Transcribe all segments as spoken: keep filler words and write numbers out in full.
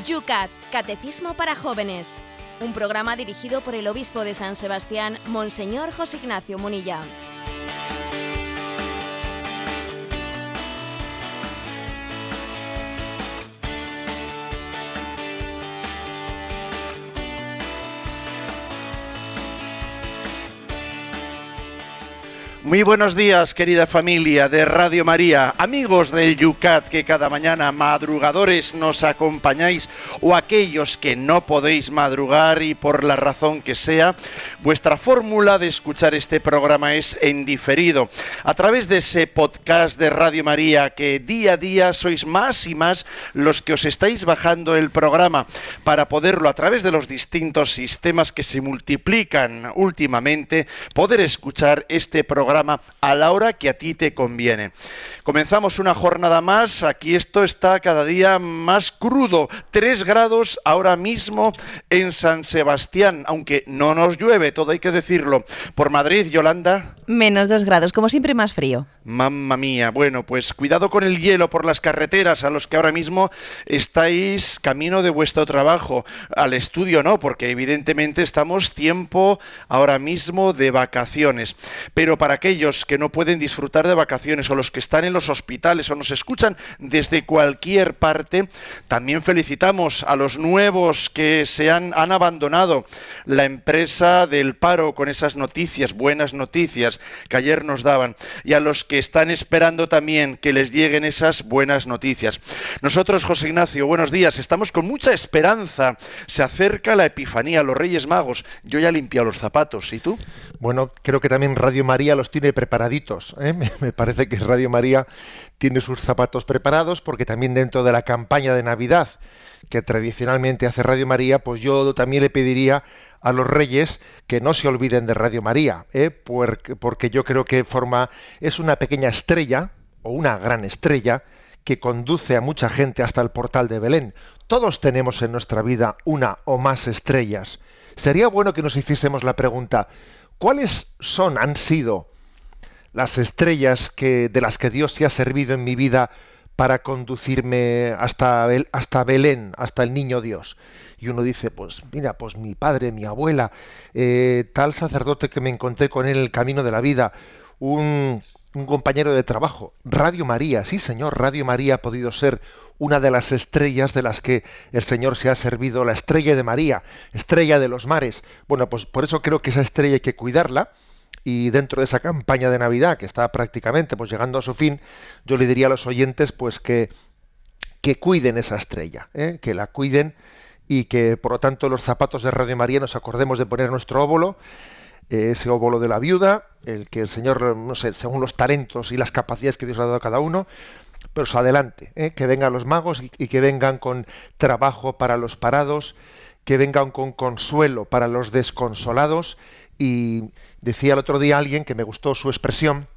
YUCAT, Catecismo para Jóvenes. Un programa dirigido por el obispo de San Sebastián, Monseñor José Ignacio Munilla. Muy buenos días, querida familia de Radio María, amigos del YUCAT que cada mañana madrugadores nos acompañáis, o aquellos que no podéis madrugar y por la razón que sea, vuestra fórmula de escuchar este programa es en diferido, a través de ese podcast de Radio María que día a día sois más y más los que os estáis bajando el programa para poderlo a través de los distintos sistemas que se multiplican últimamente, poder escuchar este programa a la hora que a ti te conviene. Comenzamos una jornada más, aquí esto está cada día más crudo, tres grados ahora mismo en San Sebastián, aunque no nos llueve, todo hay que decirlo. Por Madrid, Yolanda. Menos dos grados, como siempre más frío. Mamma mía, bueno, pues cuidado con el hielo por las carreteras a los que ahora mismo estáis camino de vuestro trabajo, al estudio no, porque evidentemente estamos tiempo ahora mismo de vacaciones, pero para aquellos que no pueden disfrutar de vacaciones o los que están en los hospitales o nos escuchan desde cualquier parte, también felicitamos a los nuevos que se han, han abandonado la empresa del paro con esas noticias, buenas noticias que ayer nos daban, y a los que están esperando también que les lleguen esas buenas noticias. Nosotros, José Ignacio, buenos días, estamos con mucha esperanza, se acerca la Epifanía, los Reyes Magos, yo ya he limpiado los zapatos, ¿y tú? Bueno, creo que también Radio María los tiene preparaditos, ¿eh? Me parece que Radio María tiene sus zapatos preparados, porque también dentro de la campaña de Navidad que tradicionalmente hace Radio María, pues yo también le pediría a los Reyes que no se olviden de Radio María, ¿eh? porque, porque yo creo que forma, es una pequeña estrella, o una gran estrella, que conduce a mucha gente hasta el portal de Belén. Todos tenemos en nuestra vida una o más estrellas. Sería bueno que nos hiciésemos la pregunta, ¿cuáles son, han sido las estrellas que, de las que Dios se ha servido en mi vida para conducirme hasta, hasta Belén, hasta el niño Dios? Y uno dice, pues mira, pues mi padre, mi abuela, eh, tal sacerdote que me encontré con él en el camino de la vida, un, un compañero de trabajo. Radio María, sí señor, Radio María ha podido ser una de las estrellas de las que el Señor se ha servido, la estrella de María, estrella de los mares. Bueno, pues por eso creo que esa estrella hay que cuidarla, y dentro de esa campaña de Navidad, que está prácticamente pues llegando a su fin, yo le diría a los oyentes pues que, que cuiden esa estrella, ¿eh? que la cuiden, y que por lo tanto los zapatos de Radio María nos acordemos de poner nuestro óbolo, eh, ese óbolo de la viuda, el que el Señor, no sé, según los talentos y las capacidades que Dios ha dado a cada uno, pero pues adelante, ¿eh? que vengan los magos y, y que vengan con trabajo para los parados, que vengan con consuelo para los desconsolados. Y decía el otro día alguien, que me gustó su expresión,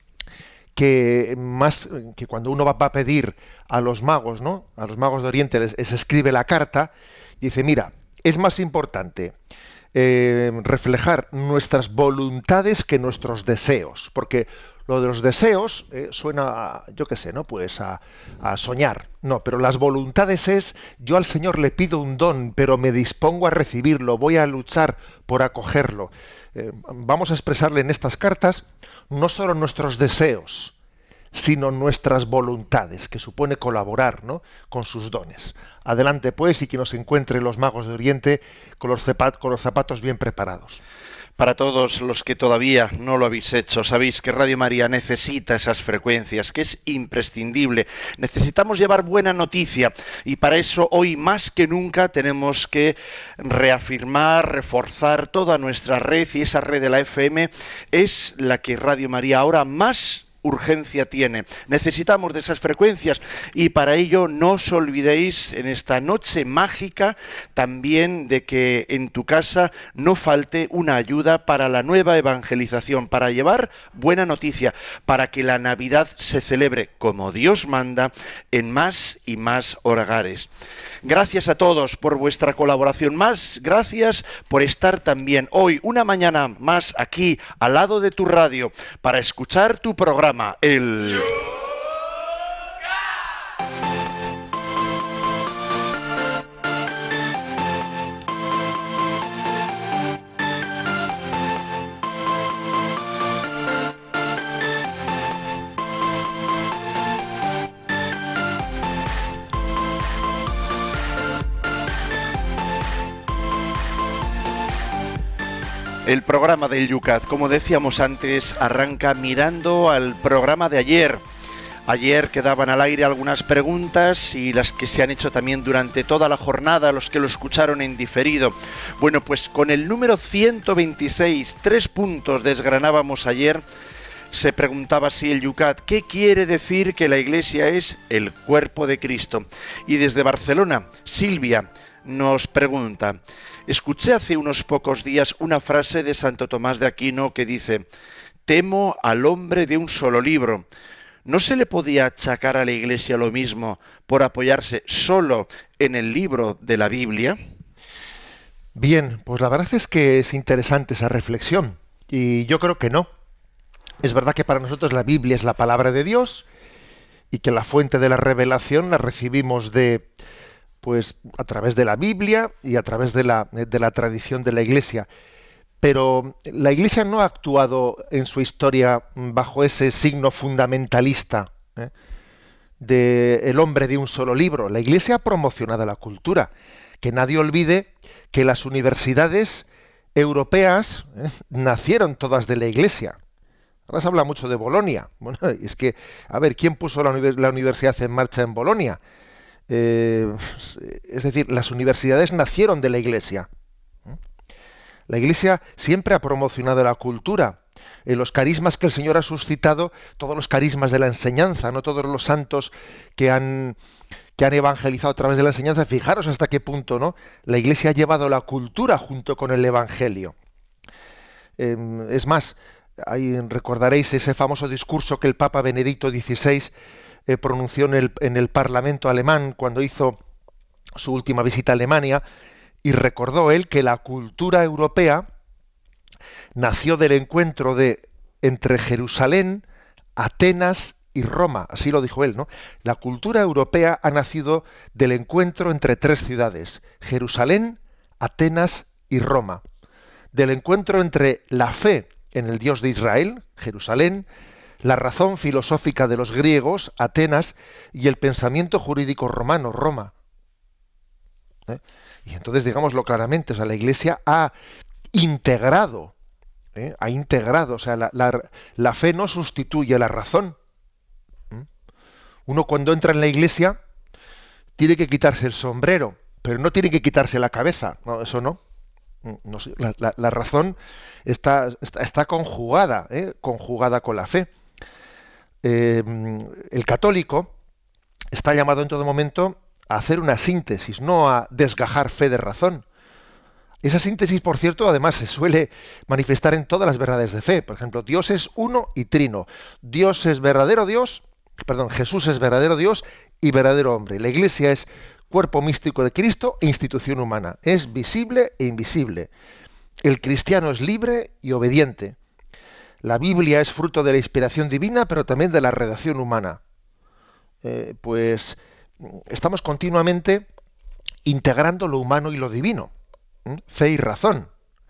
que más que cuando uno va a pedir a los magos, ¿no? A los magos de Oriente les, les escribe la carta, dice, mira, es más importante eh, reflejar nuestras voluntades que nuestros deseos, porque lo de los deseos eh, suena, a, yo qué sé, ¿no? Pues a, a soñar. No, pero las voluntades es, yo al Señor le pido un don, pero me dispongo a recibirlo, voy a luchar por acogerlo. Eh, vamos a expresarle en estas cartas no solo nuestros deseos, sino nuestras voluntades, que supone colaborar, ¿no? con sus dones. Adelante pues, y que nos encuentre los magos de Oriente con los, zapat- con los zapatos bien preparados. Para todos los que todavía no lo habéis hecho, sabéis que Radio María necesita esas frecuencias, que es imprescindible. Necesitamos llevar buena noticia, y para eso hoy más que nunca tenemos que reafirmar, reforzar toda nuestra red, y esa red de la F M es la que Radio María ahora más urgencia tiene. Necesitamos de esas frecuencias, y para ello no os olvidéis en esta noche mágica también de que en tu casa no falte una ayuda para la nueva evangelización, para llevar buena noticia, para que la Navidad se celebre como Dios manda en más y más hogares. Gracias a todos por vuestra colaboración, más gracias por estar también hoy, una mañana más, aquí al lado de tu radio, para escuchar tu programa, el... El programa del Yucat, como decíamos antes, arranca mirando al programa de ayer. Ayer quedaban al aire algunas preguntas y las que se han hecho también durante toda la jornada, los que lo escucharon en diferido. Bueno, pues con el número ciento veintiséis, tres puntos desgranábamos ayer. Se preguntaba así el Yucat, ¿qué quiere decir que la Iglesia es el cuerpo de Cristo? Y desde Barcelona, Silvia nos pregunta, escuché hace unos pocos días una frase de Santo Tomás de Aquino que dice, temo al hombre de un solo libro. ¿No se le podía achacar a la Iglesia lo mismo por apoyarse solo en el libro de la Biblia? Bien, pues la verdad es que es interesante esa reflexión y yo creo que no. Es verdad que para nosotros la Biblia es la palabra de Dios y que la fuente de la revelación la recibimos de, pues, a través de la Biblia y a través de la, de la tradición de la Iglesia. Pero la Iglesia no ha actuado en su historia bajo ese signo fundamentalista ¿eh? de el hombre de un solo libro. La Iglesia ha promocionado la cultura. Que nadie olvide que las universidades europeas ¿eh? nacieron todas de la Iglesia. Ahora se habla mucho de Bolonia. Bueno, es que, a ver, ¿quién puso la, univers- la universidad en marcha en Bolonia? Eh, es decir, las universidades nacieron de la Iglesia. La Iglesia siempre ha promocionado la cultura. En los carismas que el Señor ha suscitado, todos los carismas de la enseñanza, no todos los santos que han, que han evangelizado a través de la enseñanza, fijaros hasta qué punto, ¿no? La Iglesia ha llevado la cultura junto con el Evangelio. Eh, es más, ahí recordaréis ese famoso discurso que el Papa Benedicto dieciséis eh, pronunció en el, en el Parlamento alemán cuando hizo su última visita a Alemania, y recordó él que la cultura europea nació del encuentro de entre Jerusalén, Atenas y Roma, así lo dijo él, ¿no? La cultura europea ha nacido del encuentro entre tres ciudades, Jerusalén, Atenas y Roma, del encuentro entre la fe en el Dios de Israel, Jerusalén, la razón filosófica de los griegos, Atenas, y el pensamiento jurídico romano, Roma. ¿Eh? Y entonces, digámoslo claramente, o sea, la Iglesia ha integrado, ¿eh? ha integrado, o sea, la, la, la fe no sustituye la razón. ¿Mm? Uno cuando entra en la Iglesia tiene que quitarse el sombrero, pero no tiene que quitarse la cabeza, no, eso no. no la, la, la razón está, está, está conjugada, ¿eh? conjugada con la fe. Eh, el católico está llamado en todo momento a hacer una síntesis, no a desgajar fe de razón. Esa síntesis, por cierto, además se suele manifestar en todas las verdades de fe. Por ejemplo, Dios es uno y trino. Dios es verdadero Dios, perdón, Jesús es verdadero Dios y verdadero hombre. La Iglesia es cuerpo místico de Cristo e institución humana. Es visible e invisible. El cristiano es libre y obediente. La Biblia es fruto de la inspiración divina, pero también de la redacción humana. Eh, pues estamos continuamente integrando lo humano y lo divino, ¿eh? Fe y razón,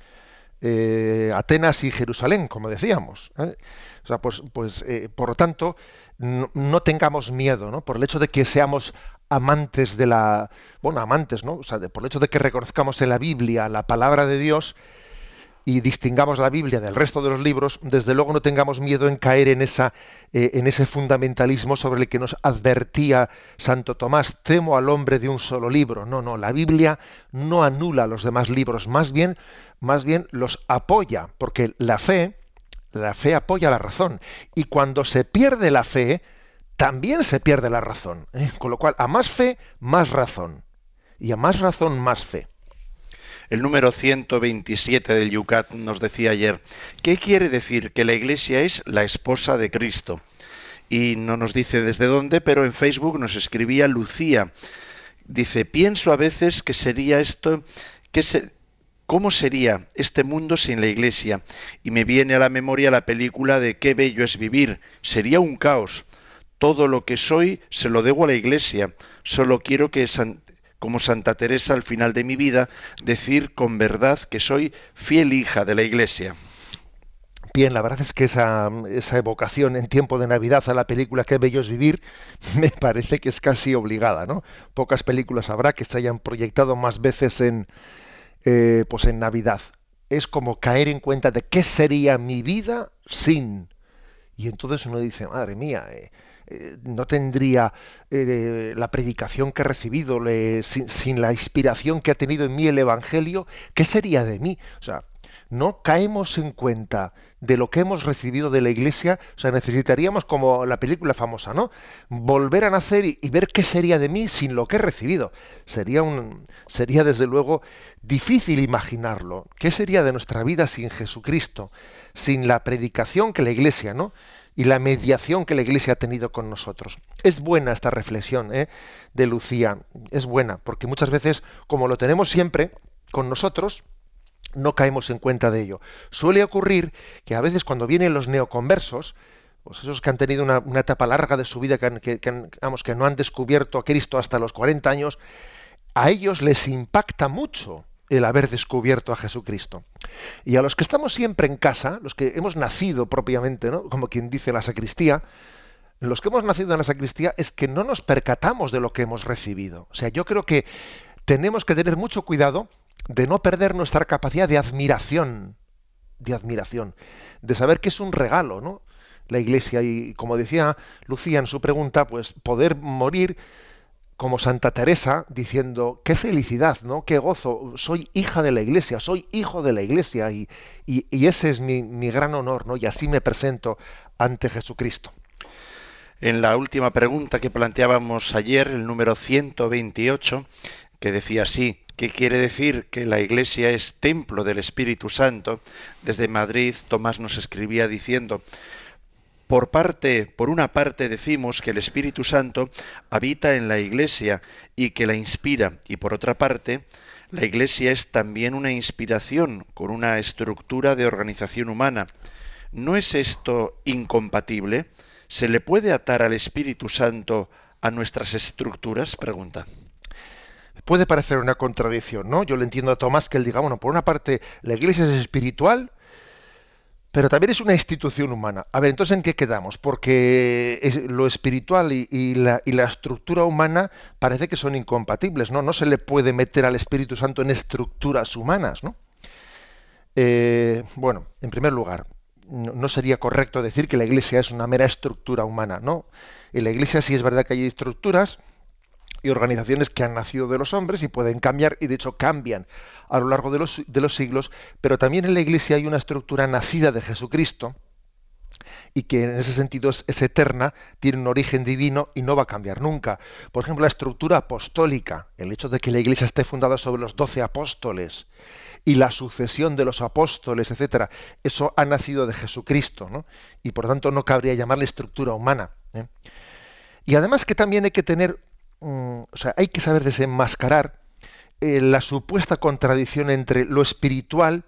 eh, Atenas y Jerusalén, como decíamos, ¿eh? O sea, pues, pues eh, por lo tanto, no, no tengamos miedo, ¿no? Por el hecho de que seamos amantes de la, bueno, amantes, ¿no? O sea, de, por el hecho de que reconozcamos en la Biblia la palabra de Dios y distingamos la Biblia del resto de los libros, desde luego no tengamos miedo en caer en esa eh, en ese fundamentalismo sobre el que nos advertía Santo Tomás, temo al hombre de un solo libro. No, no, la Biblia no anula los demás libros, más bien, más bien los apoya, porque la fe, la fe apoya la razón, y cuando se pierde la fe, también se pierde la razón, ¿eh? Con lo cual, a más fe, más razón, y a más razón, más fe. El número ciento veintisiete del Yucat nos decía ayer, ¿qué quiere decir que la Iglesia es la esposa de Cristo? Y no nos dice desde dónde, pero en Facebook nos escribía Lucía. Dice, pienso a veces que sería esto, que se, ¿cómo sería este mundo sin la Iglesia? Y me viene a la memoria la película de Qué bello es vivir. Sería un caos. Todo lo que soy se lo debo a la Iglesia. Solo quiero que San, como Santa Teresa al final de mi vida, decir con verdad que soy fiel hija de la Iglesia. Bien, la verdad es que esa, esa evocación en tiempo de Navidad a la película Qué bello es vivir me parece que es casi obligada, ¿no? Pocas películas habrá que se hayan proyectado más veces en, eh, pues en Navidad. es como caer en cuenta de qué sería mi vida sin. Y entonces uno dice, madre mía, eh, eh, no tendría eh, la predicación que he recibido, le, sin, sin la inspiración que ha tenido en mí el Evangelio, ¿qué sería de mí? O sea, no caemos en cuenta de lo que hemos recibido de la Iglesia. O sea, necesitaríamos, como la película famosa, ¿no?, volver a nacer y, y ver qué sería de mí sin lo que he recibido. Sería, un, sería desde luego difícil imaginarlo. ¿Qué sería de nuestra vida sin Jesucristo? Sin la predicación que la Iglesia, ¿no?, y la mediación que la Iglesia ha tenido con nosotros. Es buena esta reflexión, ¿eh?, de Lucía. Es buena, porque muchas veces, como lo tenemos siempre con nosotros, no caemos en cuenta de ello. Suele ocurrir que a veces cuando vienen los neoconversos, pues esos que han tenido una, una etapa larga de su vida, que, han, que, que, han, vamos, que no han descubierto a Cristo hasta los cuarenta años, a ellos les impacta mucho el haber descubierto a Jesucristo. Y a los que estamos siempre en casa, los que hemos nacido propiamente, ¿no?, como quien dice la sacristía, los que hemos nacido en la sacristía es que no nos percatamos de lo que hemos recibido. O sea, yo creo que tenemos que tener mucho cuidado de no perder nuestra capacidad de admiración, de admiración, de saber que es un regalo, ¿no?, la Iglesia. Y como decía Lucía en su pregunta, pues poder morir como Santa Teresa, diciendo, qué felicidad, ¿no?, qué gozo, soy hija de la Iglesia, soy hijo de la Iglesia, y, y, y ese es mi, mi gran honor, ¿no?, y así me presento ante Jesucristo. En la última pregunta que planteábamos ayer, el número ciento veintiocho, que decía así: ¿qué quiere decir que la Iglesia es templo del Espíritu Santo? Desde Madrid, Tomás nos escribía diciendo: Por parte, por una parte decimos que el Espíritu Santo habita en la Iglesia y que la inspira, y por otra parte, la Iglesia es también una inspiración con una estructura de organización humana. ¿No es esto incompatible? ¿Se le puede atar al Espíritu Santo a nuestras estructuras? Pregunta. Puede parecer una contradicción, ¿no? Yo le entiendo a Tomás que él diga, bueno, por una parte la Iglesia es espiritual, pero también es una institución humana. A ver, entonces, ¿en qué quedamos? Porque es, lo espiritual y, y, la, y la estructura humana parece que son incompatibles, ¿no? No se le puede meter al Espíritu Santo en estructuras humanas, ¿no? Eh, bueno, en primer lugar, no, no sería correcto decir que la Iglesia es una mera estructura humana, ¿no? En la Iglesia sí es verdad que hay estructuras y organizaciones que han nacido de los hombres y pueden cambiar, y de hecho cambian a lo largo de los, de los siglos, pero también en la Iglesia hay una estructura nacida de Jesucristo y que en ese sentido es, es eterna, tiene un origen divino y no va a cambiar nunca. Por ejemplo, la estructura apostólica, el hecho de que la Iglesia esté fundada sobre los doce apóstoles y la sucesión de los apóstoles, etcétera, eso ha nacido de Jesucristo, ¿no? Y por tanto no cabría llamarle estructura humana, ¿eh? Y además que también hay que tener O sea, hay que saber desenmascarar eh, la supuesta contradicción entre lo espiritual,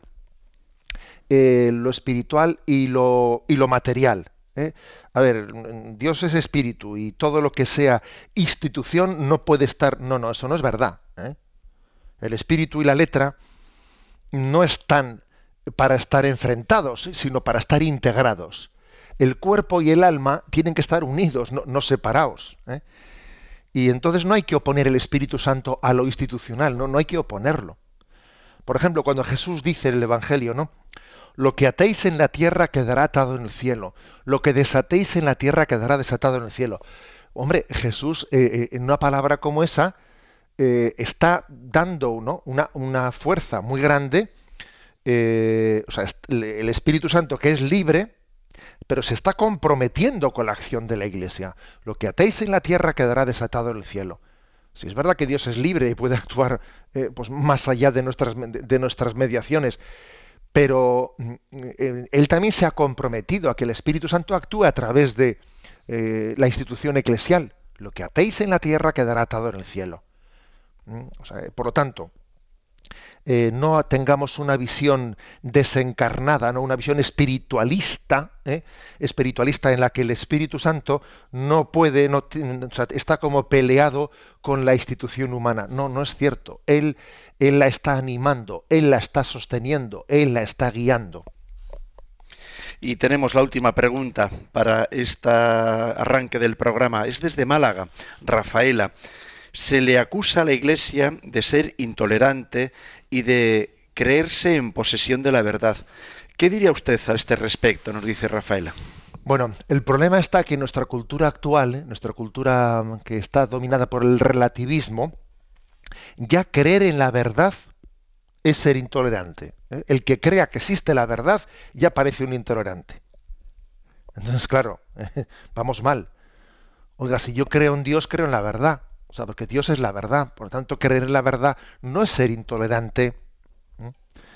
eh, lo espiritual y lo, y lo material, ¿eh? A ver, Dios es espíritu y todo lo que sea institución no puede estar... No, no, eso no es verdad, ¿eh? El espíritu y la letra no están para estar enfrentados, sino para estar integrados. El cuerpo y el alma tienen que estar unidos, no, no separados, ¿eh? Y entonces no hay que oponer el Espíritu Santo a lo institucional, no, no hay que oponerlo. Por ejemplo, cuando Jesús dice en el Evangelio, ¿no?, lo que atéis en la tierra quedará atado en el cielo, lo que desatéis en la tierra quedará desatado en el cielo. Hombre, Jesús, eh, en una palabra como esa, eh, está dando, ¿no?, una, una fuerza muy grande, eh, o sea, el Espíritu Santo, que es libre, pero se está comprometiendo con la acción de la Iglesia. Lo que atéis en la tierra quedará desatado en el cielo. Si es verdad que Dios es libre y puede actuar eh, pues más allá de nuestras, de nuestras mediaciones, pero eh, Él también se ha comprometido a que el Espíritu Santo actúe a través de eh, la institución eclesial. Lo que atéis en la tierra quedará atado en el cielo. ¿Mm? O sea, por lo tanto, Eh, no tengamos una visión desencarnada, ¿no?, una visión espiritualista, ¿eh? espiritualista en la que el Espíritu Santo no puede, no, o sea, está como peleado con la institución humana. No, no es cierto. Él, él la está animando, Él la está sosteniendo, Él la está guiando. Y tenemos la última pregunta para este arranque del programa. Es desde Málaga, Rafaela. Se le acusa a la Iglesia de ser intolerante y de creerse en posesión de la verdad. ¿Qué diría usted a este respecto? Nos dice Rafaela. Bueno, el problema está que en nuestra cultura actual, ¿eh? nuestra cultura que está dominada por el relativismo, ya creer en la verdad es ser intolerante. ¿eh? El que crea que existe la verdad ya parece un intolerante. Entonces, claro, ¿eh? vamos mal. Oiga, si yo creo en Dios, creo en la verdad. O sea, porque Dios es la verdad. Por lo tanto, creer en la verdad no es ser intolerante. ¿eh?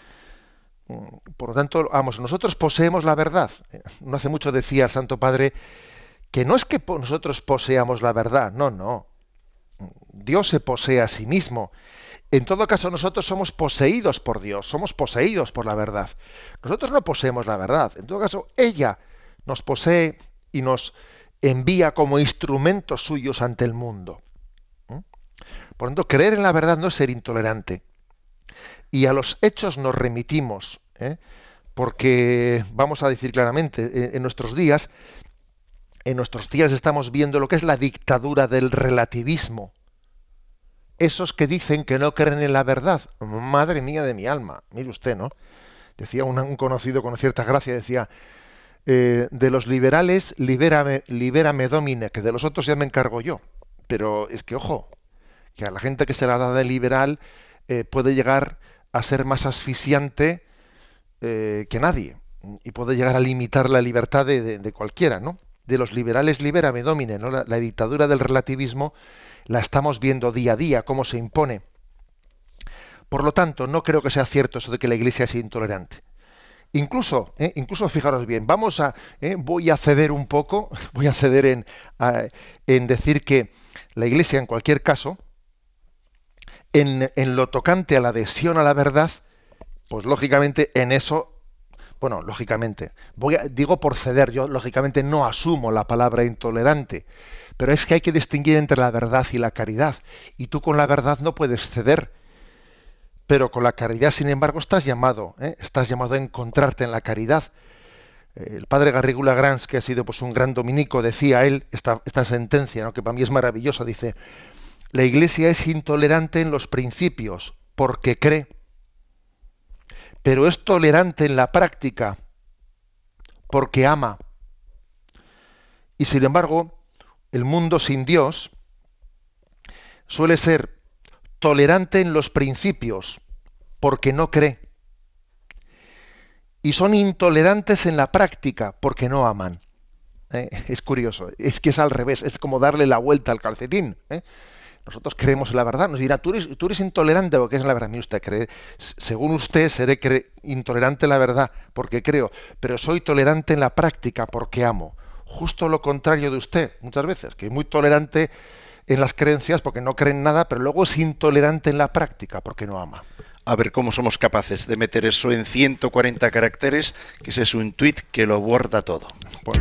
Por lo tanto, vamos, nosotros poseemos la verdad. No hace mucho decía el Santo Padre que no es que nosotros poseamos la verdad, no, no. Dios se posee a sí mismo. En todo caso, nosotros somos poseídos por Dios, somos poseídos por la verdad. Nosotros no poseemos la verdad. En todo caso, ella nos posee y nos envía como instrumentos suyos ante el mundo. ¿Mm? Por lo tanto, creer en la verdad no es ser intolerante. Y a los hechos nos remitimos, ¿eh? porque vamos a decir claramente, en, en nuestros días, en nuestros días estamos viendo lo que es la dictadura del relativismo. Esos que dicen que no creen en la verdad, madre mía de mi alma, mire usted, ¿no? Decía un, un conocido con cierta gracia, decía, eh, de los liberales, libérame, libérame domine, que de los otros ya me encargo yo. Pero es que, ojo, que a la gente que se la da de liberal eh, puede llegar a ser más asfixiante eh, que nadie y puede llegar a limitar la libertad de, de, de cualquiera, ¿no? De los liberales, libérame domine, ¿no? La, la dictadura del relativismo la estamos viendo día a día, cómo se impone. Por lo tanto, no creo que sea cierto eso de que la Iglesia es intolerante. Incluso, eh, incluso fijaros bien, vamos a, eh, voy a ceder un poco, voy a ceder en, a, en decir que la Iglesia, en cualquier caso, en, en lo tocante a la adhesión a la verdad, pues lógicamente en eso, bueno, lógicamente, voy a, digo por ceder, yo lógicamente no asumo la palabra intolerante, pero es que hay que distinguir entre la verdad y la caridad, y tú con la verdad no puedes ceder, pero con la caridad, sin embargo, estás llamado, ¿eh? estás llamado a encontrarte en la caridad. El padre Garrigou Lagrange, que ha sido pues un gran dominico, decía él esta, esta sentencia, ¿no? que para mí es maravillosa, dice: la Iglesia es intolerante en los principios porque cree, pero es tolerante en la práctica porque ama. Y sin embargo, el mundo sin Dios suele ser tolerante en los principios porque no cree. Y son intolerantes en la práctica porque no aman. ¿Eh? Es curioso, es que es al revés, es como darle la vuelta al calcetín. ¿eh? Nosotros creemos en la verdad, nos dirá, tú eres, tú eres intolerante porque es la verdad. Mire usted, cree, según usted seré cre- intolerante en la verdad porque creo, pero soy tolerante en la práctica porque amo. Justo lo contrario de usted, muchas veces, que es muy tolerante en las creencias porque no cree en nada, pero luego es intolerante en la práctica porque no ama. A ver cómo somos capaces de meter eso en ciento cuarenta caracteres, que ese es un tuit que lo aborda todo. Bueno.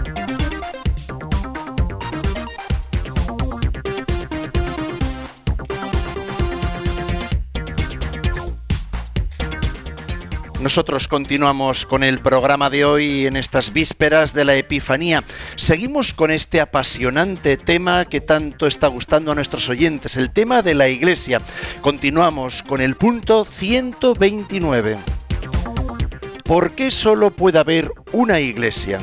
Nosotros continuamos con el programa de hoy en estas vísperas de la Epifanía. Seguimos con este apasionante tema que tanto está gustando a nuestros oyentes, el tema de la Iglesia. Continuamos con el punto ciento veintinueve. ¿Por qué solo puede haber una Iglesia?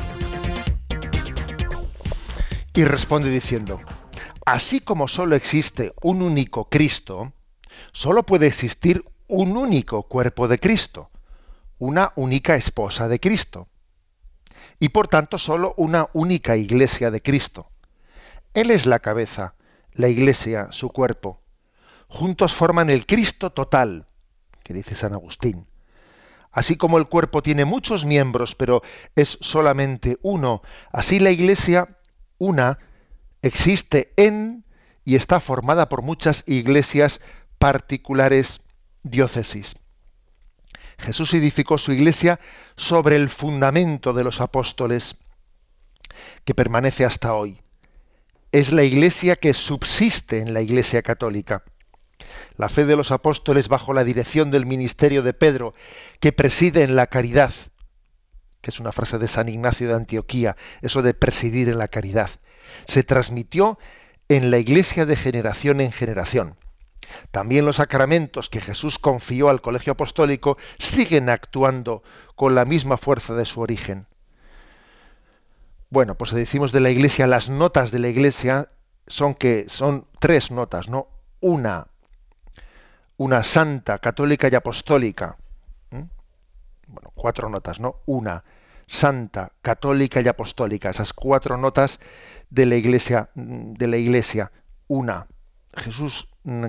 Y responde diciendo: así como solo existe un único Cristo, solo puede existir un único cuerpo de Cristo, una única esposa de Cristo, y por tanto solo una única iglesia de Cristo. Él es la cabeza, la iglesia, su cuerpo. Juntos forman el Cristo total, que dice San Agustín. Así como el cuerpo tiene muchos miembros, pero es solamente uno, así la iglesia, una, existe en y está formada por muchas iglesias particulares, diócesis. Jesús edificó su iglesia sobre el fundamento de los apóstoles, que permanece hasta hoy. Es la iglesia que subsiste en la Iglesia católica. La fe de los apóstoles bajo la dirección del ministerio de Pedro, que preside en la caridad, que es una frase de San Ignacio de Antioquía, eso de presidir en la caridad, se transmitió en la iglesia de generación en generación. También los sacramentos que Jesús confió al colegio apostólico siguen actuando con la misma fuerza de su origen. Bueno, pues decimos de la Iglesia, las notas de la Iglesia son que son tres notas, ¿no? Una, una santa, católica y apostólica. ¿Mm? Bueno, cuatro notas, ¿no? Una, santa, católica y apostólica. Esas cuatro notas de la Iglesia, de la Iglesia. Una, Jesús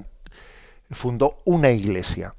fundó una iglesia.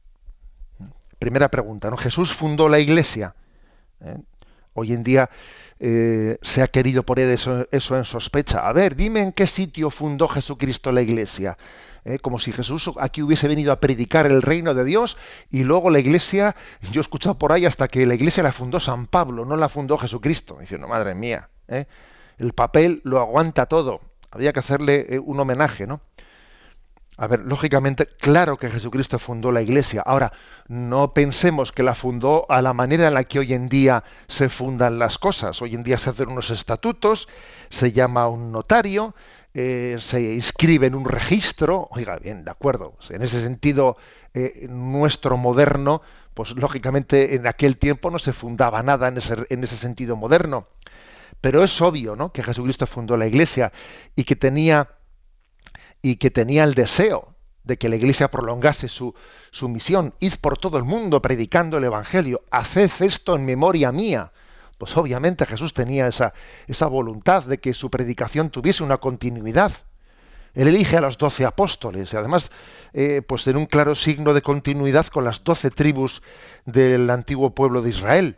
Primera pregunta, ¿no? ¿Jesús fundó la iglesia? ¿Eh? Hoy en día eh, se ha querido poner eso, eso en sospecha. A ver, dime en qué sitio fundó Jesucristo la iglesia. ¿Eh? Como si Jesús aquí hubiese venido a predicar el reino de Dios y luego la iglesia, yo he escuchado por ahí hasta que la iglesia la fundó San Pablo, no la fundó Jesucristo. Diciendo, madre mía, ¿eh? El papel lo aguanta todo. Había que hacerle eh, un homenaje, ¿no? A ver, lógicamente, claro que Jesucristo fundó la Iglesia. Ahora, no pensemos que la fundó a la manera en la que hoy en día se fundan las cosas. Hoy en día se hacen unos estatutos, se llama a un notario, eh, se inscribe en un registro. Oiga, bien, de acuerdo. En ese sentido, eh, nuestro moderno, pues lógicamente en aquel tiempo no se fundaba nada en ese, en ese sentido moderno. Pero es obvio, ¿no?, que Jesucristo fundó la Iglesia y que tenía y que tenía el deseo de que la Iglesia prolongase su, su misión. Id por todo el mundo predicando el Evangelio. Haced esto en memoria mía. Pues obviamente Jesús tenía esa, esa voluntad de que su predicación tuviese una continuidad. Él elige a los doce apóstoles y además eh, pues en un claro signo de continuidad con las doce tribus del antiguo pueblo de Israel.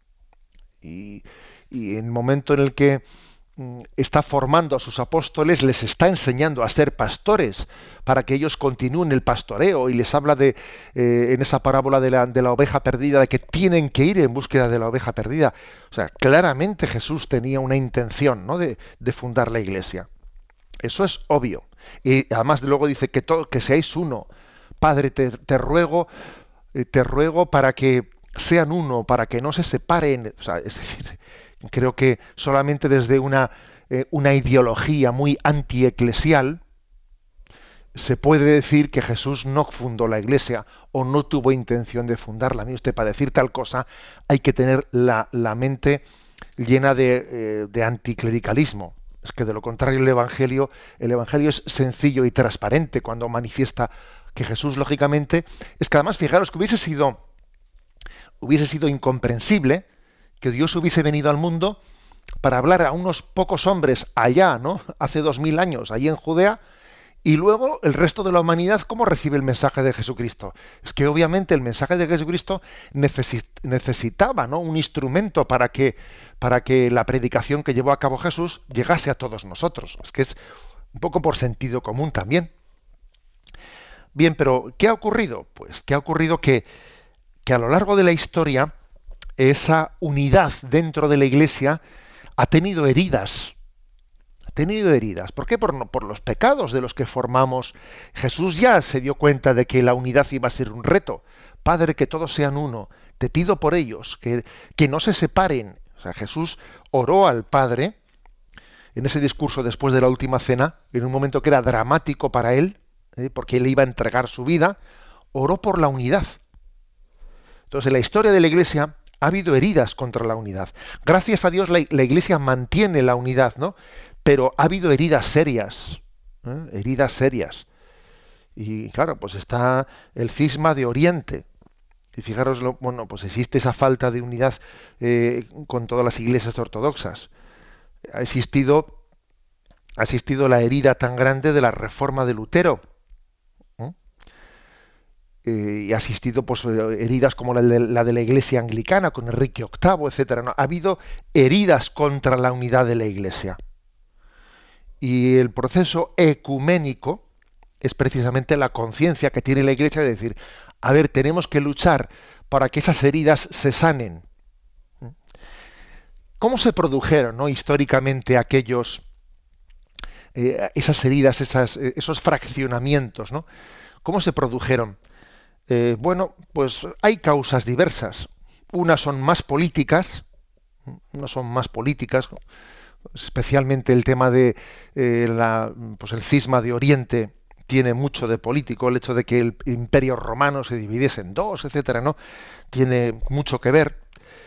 Y, y en el momento en el que está formando a sus apóstoles, les está enseñando a ser pastores para que ellos continúen el pastoreo, y les habla de eh, en esa parábola de la, de la oveja perdida, de que tienen que ir en búsqueda de la oveja perdida. O sea, claramente Jesús tenía una intención, ¿no?, de, de fundar la Iglesia. Eso es obvio. Y además luego dice que, todo, que seáis uno. Padre, te, te ruego, eh, te ruego para que sean uno, para que no se separen. O sea, es decir, creo que solamente desde una, eh, una ideología muy antieclesial se puede decir que Jesús no fundó la Iglesia o no tuvo intención de fundarla. Mire usted, para decir tal cosa hay que tener la, la mente llena de, eh, de anticlericalismo. Es que de lo contrario el Evangelio, el Evangelio es sencillo y transparente cuando manifiesta que Jesús, lógicamente, es que además, fijaros que hubiese sido, hubiese sido incomprensible que Dios hubiese venido al mundo para hablar a unos pocos hombres allá, ¿no?, hace dos mil años, allí en Judea, y luego el resto de la humanidad, ¿cómo recibe el mensaje de Jesucristo? Es que obviamente el mensaje de Jesucristo necesit, necesitaba, ¿no?, un instrumento para que, para que la predicación que llevó a cabo Jesús llegase a todos nosotros. Es que es un poco por sentido común también. Bien, pero ¿qué ha ocurrido? Pues que ha ocurrido que, que a lo largo de la historia esa unidad dentro de la Iglesia ha tenido heridas. Ha tenido heridas. ¿Por qué? Por, por los pecados de los que formamos. Jesús ya se dio cuenta de que la unidad iba a ser un reto. Padre, que todos sean uno. Te pido por ellos, que, que no se separen. O sea, Jesús oró al Padre en ese discurso después de la última cena, en un momento que era dramático para él, ¿eh?, porque él iba a entregar su vida, oró por la unidad. Entonces, en la historia de la Iglesia ha habido heridas contra la unidad. Gracias a Dios la, la Iglesia mantiene la unidad, ¿no? Pero ha habido heridas serias, ¿eh? heridas serias. Y claro, pues está el cisma de Oriente. Y fijaros, lo, bueno, pues existe esa falta de unidad eh, con todas las iglesias ortodoxas. Ha existido, ha existido la herida tan grande de la reforma de Lutero. Eh, y ha asistido pues heridas como la de, la de la Iglesia anglicana con Enrique octavo, etcétera. ¿No? Ha habido heridas contra la unidad de la Iglesia. Y el proceso ecuménico es precisamente la conciencia que tiene la Iglesia de decir, a ver, tenemos que luchar para que esas heridas se sanen. ¿Cómo se produjeron, ¿no?, históricamente aquellos, eh, esas heridas, esas, esos fraccionamientos, ¿no? ¿Cómo se produjeron? Eh, bueno, pues hay causas diversas. Unas son más políticas, unas son más políticas, especialmente el tema de eh, la, pues el cisma de Oriente tiene mucho de político, el hecho de que el Imperio Romano se dividiese en dos, etcétera, ¿no? Tiene mucho que ver.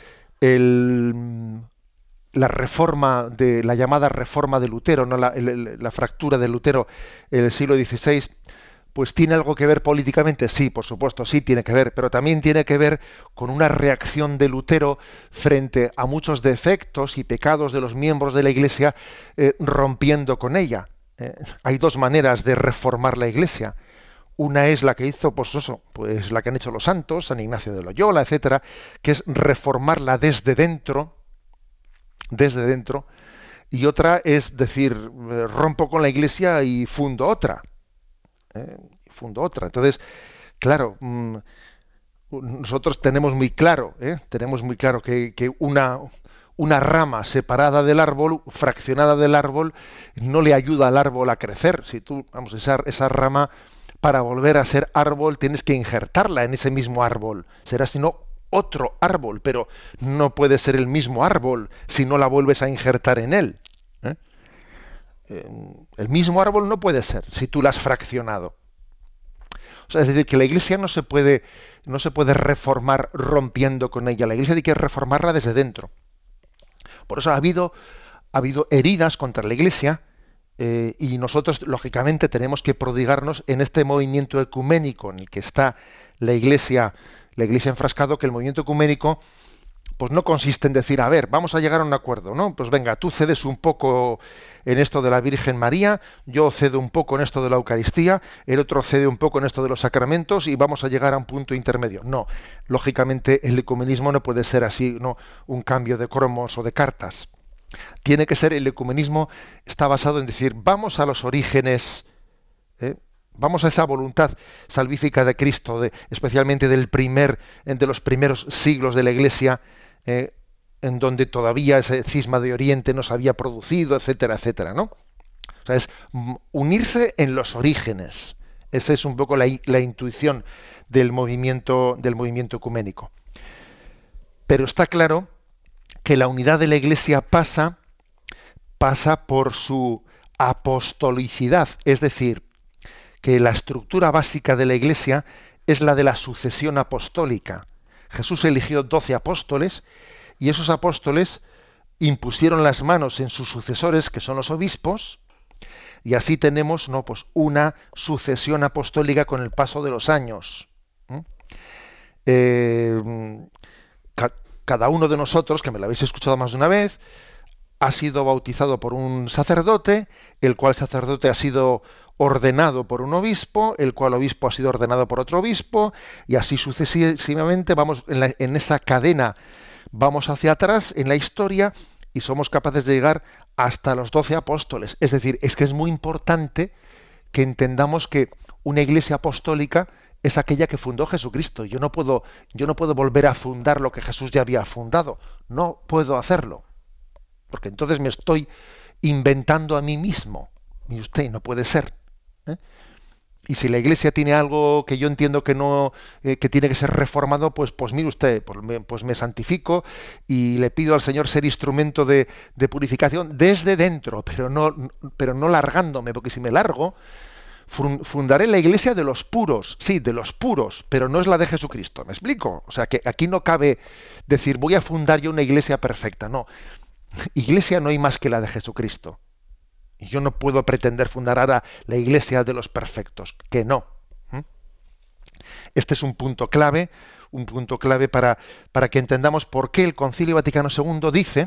El, la reforma de la llamada reforma de Lutero, ¿no? la, el, la fractura de Lutero en el siglo dieciséis, pues tiene algo que ver políticamente, sí, por supuesto, sí tiene que ver, pero también tiene que ver con una reacción de Lutero frente a muchos defectos y pecados de los miembros de la Iglesia, eh, rompiendo con ella. Eh, hay dos maneras de reformar la Iglesia. Una es la que hizo, pues eso, pues la que han hecho los santos, San Ignacio de Loyola, etcétera, que es reformarla desde dentro, desde dentro, y otra es decir, eh, rompo con la Iglesia y fundo otra. Eh, fundo otra. Entonces, claro, mmm, nosotros tenemos muy claro, ¿eh? tenemos muy claro que, que una una rama separada del árbol, fraccionada del árbol, no le ayuda al árbol a crecer. Si tú, vamos, esa, esa rama, para volver a ser árbol, tienes que injertarla en ese mismo árbol. Será sino otro árbol, pero no puede ser el mismo árbol si no la vuelves a injertar en él. ¿Eh? El mismo árbol no puede ser si tú la has fraccionado. O sea, es decir, que la Iglesia no se puede, no se puede reformar rompiendo con ella. La Iglesia tiene que reformarla desde dentro. Por eso ha habido, ha habido heridas contra la Iglesia, eh, y nosotros, lógicamente, tenemos que prodigarnos en este movimiento ecuménico en el que está la Iglesia, la Iglesia enfrascado, que el movimiento ecuménico pues no consiste en decir, a ver, vamos a llegar a un acuerdo, ¿no? Pues venga, tú cedes un poco en esto de la Virgen María, yo cedo un poco en esto de la Eucaristía, el otro cede un poco en esto de los sacramentos y vamos a llegar a un punto intermedio. No, lógicamente el ecumenismo no puede ser así, no, un cambio de cromos o de cartas. Tiene que ser, el ecumenismo está basado en decir, vamos a los orígenes, ¿eh? Vamos a esa voluntad salvífica de Cristo, de, especialmente del primer, de los primeros siglos de la Iglesia, eh, en donde todavía ese cisma de Oriente no se había producido, etcétera, etcétera, ¿no? O sea, es unirse en los orígenes. Esa es un poco la, la intuición del movimiento, del movimiento ecuménico. Pero está claro que la unidad de la Iglesia pasa, pasa por su apostolicidad, es decir, que la estructura básica de la Iglesia es la de la sucesión apostólica. Jesús eligió doce apóstoles y esos apóstoles impusieron las manos en sus sucesores, que son los obispos, y así tenemos, ¿no?, pues una sucesión apostólica con el paso de los años. ¿Mm? Eh, ca- cada uno de nosotros, que me lo habéis escuchado más de una vez, ha sido bautizado por un sacerdote, el cual sacerdote ha sido ordenado por un obispo, el cual obispo ha sido ordenado por otro obispo, y así sucesivamente vamos en, la, en esa cadena, vamos hacia atrás en la historia y somos capaces de llegar hasta los doce apóstoles. Es decir, es que es muy importante que entendamos que una iglesia apostólica es aquella que fundó Jesucristo. Yo no puedo, yo no puedo volver a fundar lo que Jesús ya había fundado. No puedo hacerlo, porque entonces me estoy inventando a mí mismo. Mire usted, no puede ser. ¿Eh? Y si la Iglesia tiene algo que yo entiendo que no, eh, que tiene que ser reformado, pues, pues mire usted, pues me, pues me santifico y le pido al Señor ser instrumento de, de purificación desde dentro, pero no, pero no largándome, porque si me largo, fundaré la Iglesia de los puros, sí, de los puros, pero no es la de Jesucristo. ¿Me explico? O sea, que aquí no cabe decir, voy a fundar yo una Iglesia perfecta. No, Iglesia no hay más que la de Jesucristo. Y yo no puedo pretender fundar ahora la Iglesia de los perfectos, que no. ¿Mm? Este es un punto clave, un punto clave para, para que entendamos por qué el Concilio Vaticano segundo dice,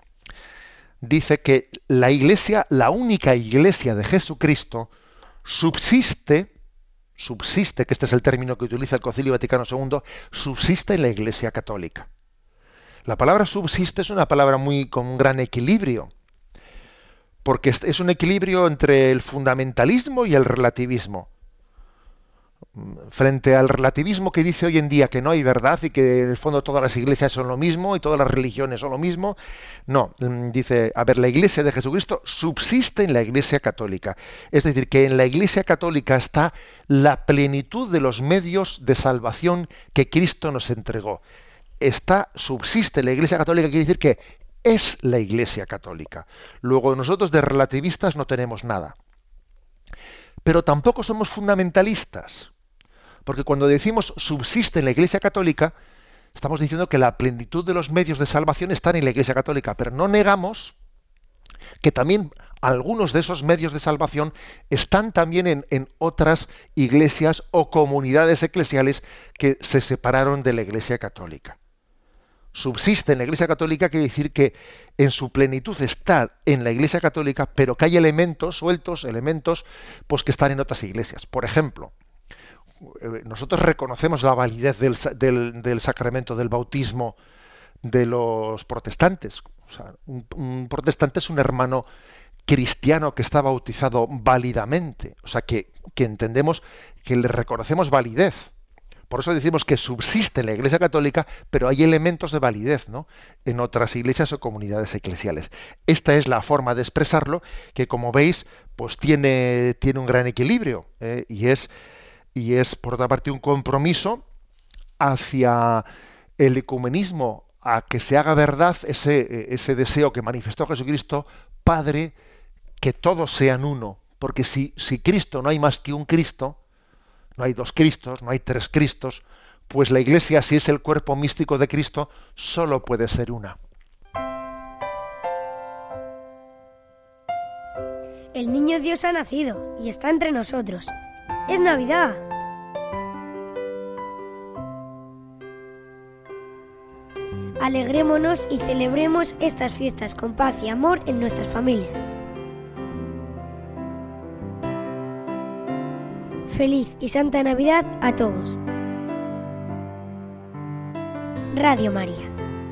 dice que la Iglesia, la única Iglesia de Jesucristo, subsiste, subsiste, que este es el término que utiliza el Concilio Vaticano segundo, subsiste en la Iglesia católica. La palabra subsiste es una palabra muy con un gran equilibrio, porque es un equilibrio entre el fundamentalismo y el relativismo. Frente al relativismo que dice hoy en día que no hay verdad y que en el fondo todas las iglesias son lo mismo y todas las religiones son lo mismo, no, dice, a ver, la Iglesia de Jesucristo subsiste en la Iglesia católica. Es decir, que en la Iglesia católica está la plenitud de los medios de salvación que Cristo nos entregó. Está, subsiste la Iglesia católica, quiere decir que es la Iglesia católica. Luego nosotros de relativistas no tenemos nada. pero tampoco somos fundamentalistas, porque cuando decimos subsiste en la Iglesia Católica, estamos diciendo que la plenitud de los medios de salvación están en la Iglesia Católica, pero no negamos que también algunos de esos medios de salvación están también en, en otras iglesias o comunidades eclesiales que se separaron de la Iglesia Católica. Subsiste en la Iglesia Católica quiere decir que en su plenitud está en la Iglesia Católica, pero que hay elementos sueltos, elementos pues que están en otras iglesias. Por ejemplo, nosotros reconocemos la validez del, del, del sacramento del bautismo de los protestantes. O sea, un, un protestante es un hermano cristiano que está bautizado válidamente. O sea, que, que entendemos que le reconocemos validez. Por eso decimos que subsiste en la Iglesia Católica, pero hay elementos de validez, ¿no?, en otras iglesias o comunidades eclesiales. Esta es la forma de expresarlo, que como veis, pues tiene, tiene un gran equilibrio, ¿eh? y es y es por otra parte un compromiso hacia el ecumenismo, a que se haga verdad ese, ese deseo que manifestó Jesucristo, Padre, que todos sean uno, porque si, si Cristo no hay más que un Cristo, no hay dos Cristos, no hay tres Cristos, pues la Iglesia, si es el cuerpo místico de Cristo, solo puede ser una. El niño Dios ha nacido y está entre nosotros. ¡Es Navidad! Alegrémonos y celebremos estas fiestas con paz y amor en nuestras familias. Feliz y Santa Navidad a todos. Radio María.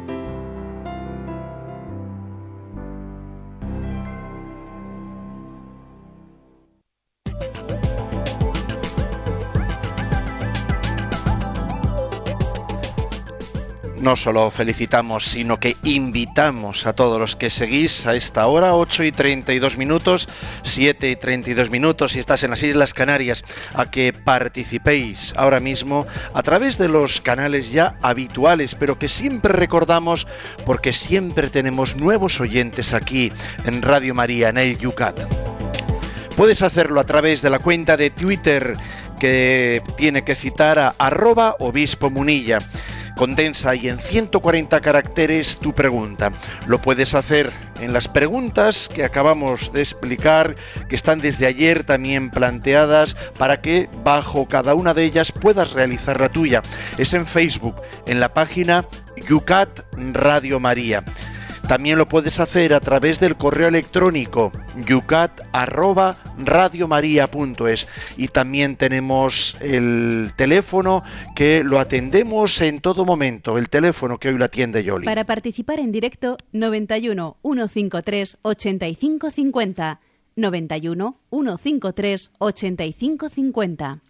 No solo felicitamos, sino que invitamos a todos los que seguís a esta hora, ocho y treinta y dos minutos, siete y treinta y dos minutos, si estás en las Islas Canarias, a que participéis ahora mismo a través de los canales ya habituales, pero que siempre recordamos porque siempre tenemos nuevos oyentes aquí en Radio María, en el Yucat. Puedes hacerlo a través de la cuenta de Twitter que tiene que citar a arroba obispo munilla. Condensa y en ciento cuarenta caracteres tu pregunta. Lo puedes hacer en las preguntas que acabamos de explicar, que están desde ayer también planteadas, para que bajo cada una de ellas puedas realizar la tuya. Es en Facebook, en la página Yucat Radio María. También lo puedes hacer a través del correo electrónico yucat arroba radiomaria punto es, y también tenemos el teléfono que lo atendemos en todo momento, el teléfono que hoy lo atiende Yoli. Para participar en directo, noventa y uno, ciento cincuenta y tres, ochenta y cinco cincuenta, noventa y uno, ciento cincuenta y tres, ochenta y cinco cincuenta.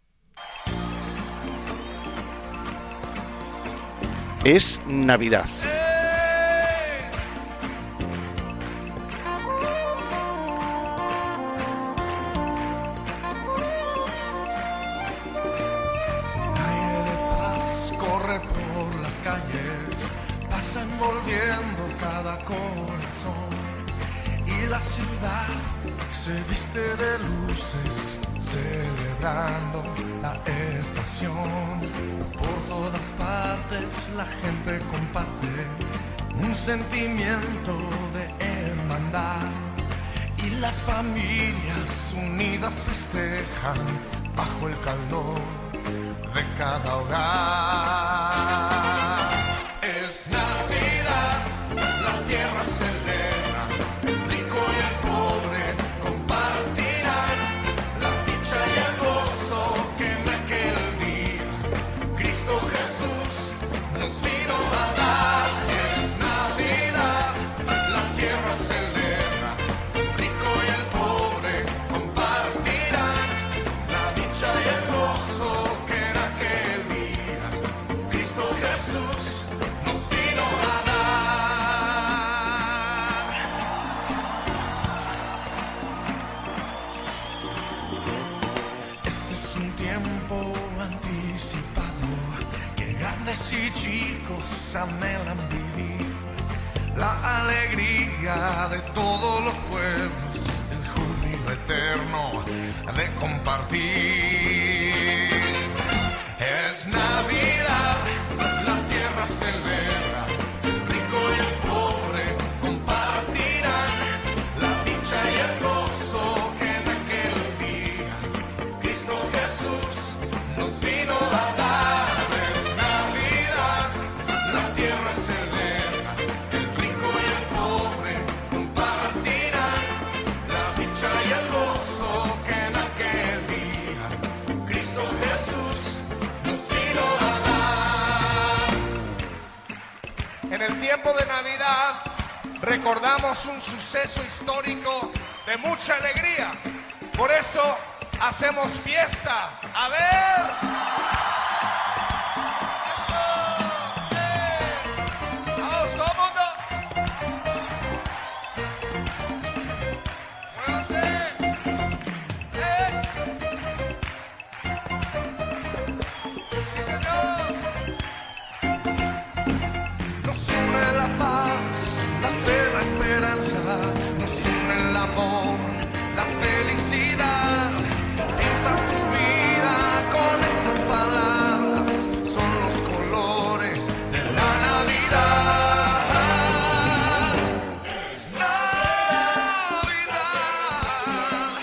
Es Navidad. Envolviendo cada corazón y la ciudad se viste de luces, celebrando la estación. Por todas partes la gente comparte un sentimiento de hermandad y las familias unidas festejan bajo el calor de cada hogar. Es Navidad, la tierra celebra, el rico y el pobre compartirán la dicha y el gozo que en aquel día Cristo Jesús nos vino a dar. Es Navidad, la tierra celebra, el rico y el pobre compartirán la dicha y el gozo que en aquel día Cristo Jesús y chicos anhelan vivir la alegría de todos los pueblos, el júbilo eterno. eterno de compartir. Es Navidad, la tierra celebra, el rico y el pobre compartirán la dicha y el gozo que en aquel día Cristo Jesús nos vino a dar. Es Navidad, la tierra celebra, el rico y el pobre compartirán la dicha y el gozo que en aquel día Cristo Jesús nos vino a dar. En el tiempo de Navidad recordamos un suceso histórico de mucha alegría. Por eso hacemos fiesta. A ver. Eso. ¡Eh! Vamos, todo el mundo. Muévanse. ¡Eh! Sí, señor. Nos une la paz, la fe, la esperanza. Nos une el amor, la felicidad. Pinta tu vida con estas palabras, son los colores de la Navidad. Es Navidad,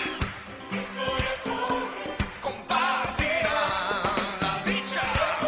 compartirán la dicha.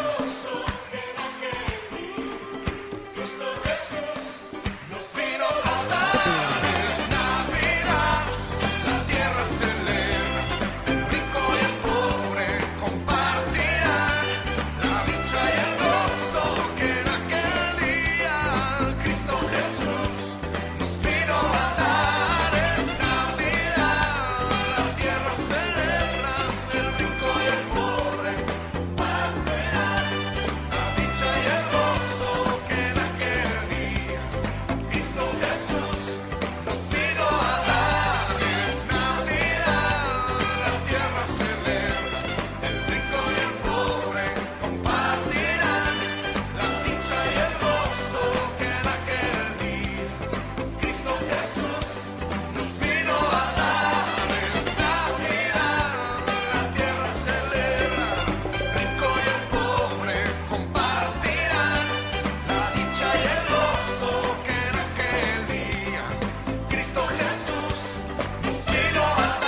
Cristo Jesús nos vino a dar. Es Navidad, la tierra celebra, el rico y el pobre compartirán la dicha y el gozo que en aquel día Cristo Jesús nos vino a dar. Es Navidad, la tierra celebra, el rico y el pobre compartirán la dicha y el gozo que en aquel día Cristo Jesús nos vino a dar. Es Navidad, la tierra celebra, el rico y el pobre compartirán la dicha y el gozo que en aquel día Cristo Jesús nos vino a dar. Es Navidad, la tierra celebra, el rico y el pobre compartirán la dicha y el gozo que en aquel día Cristo Jesús nos vino a dar.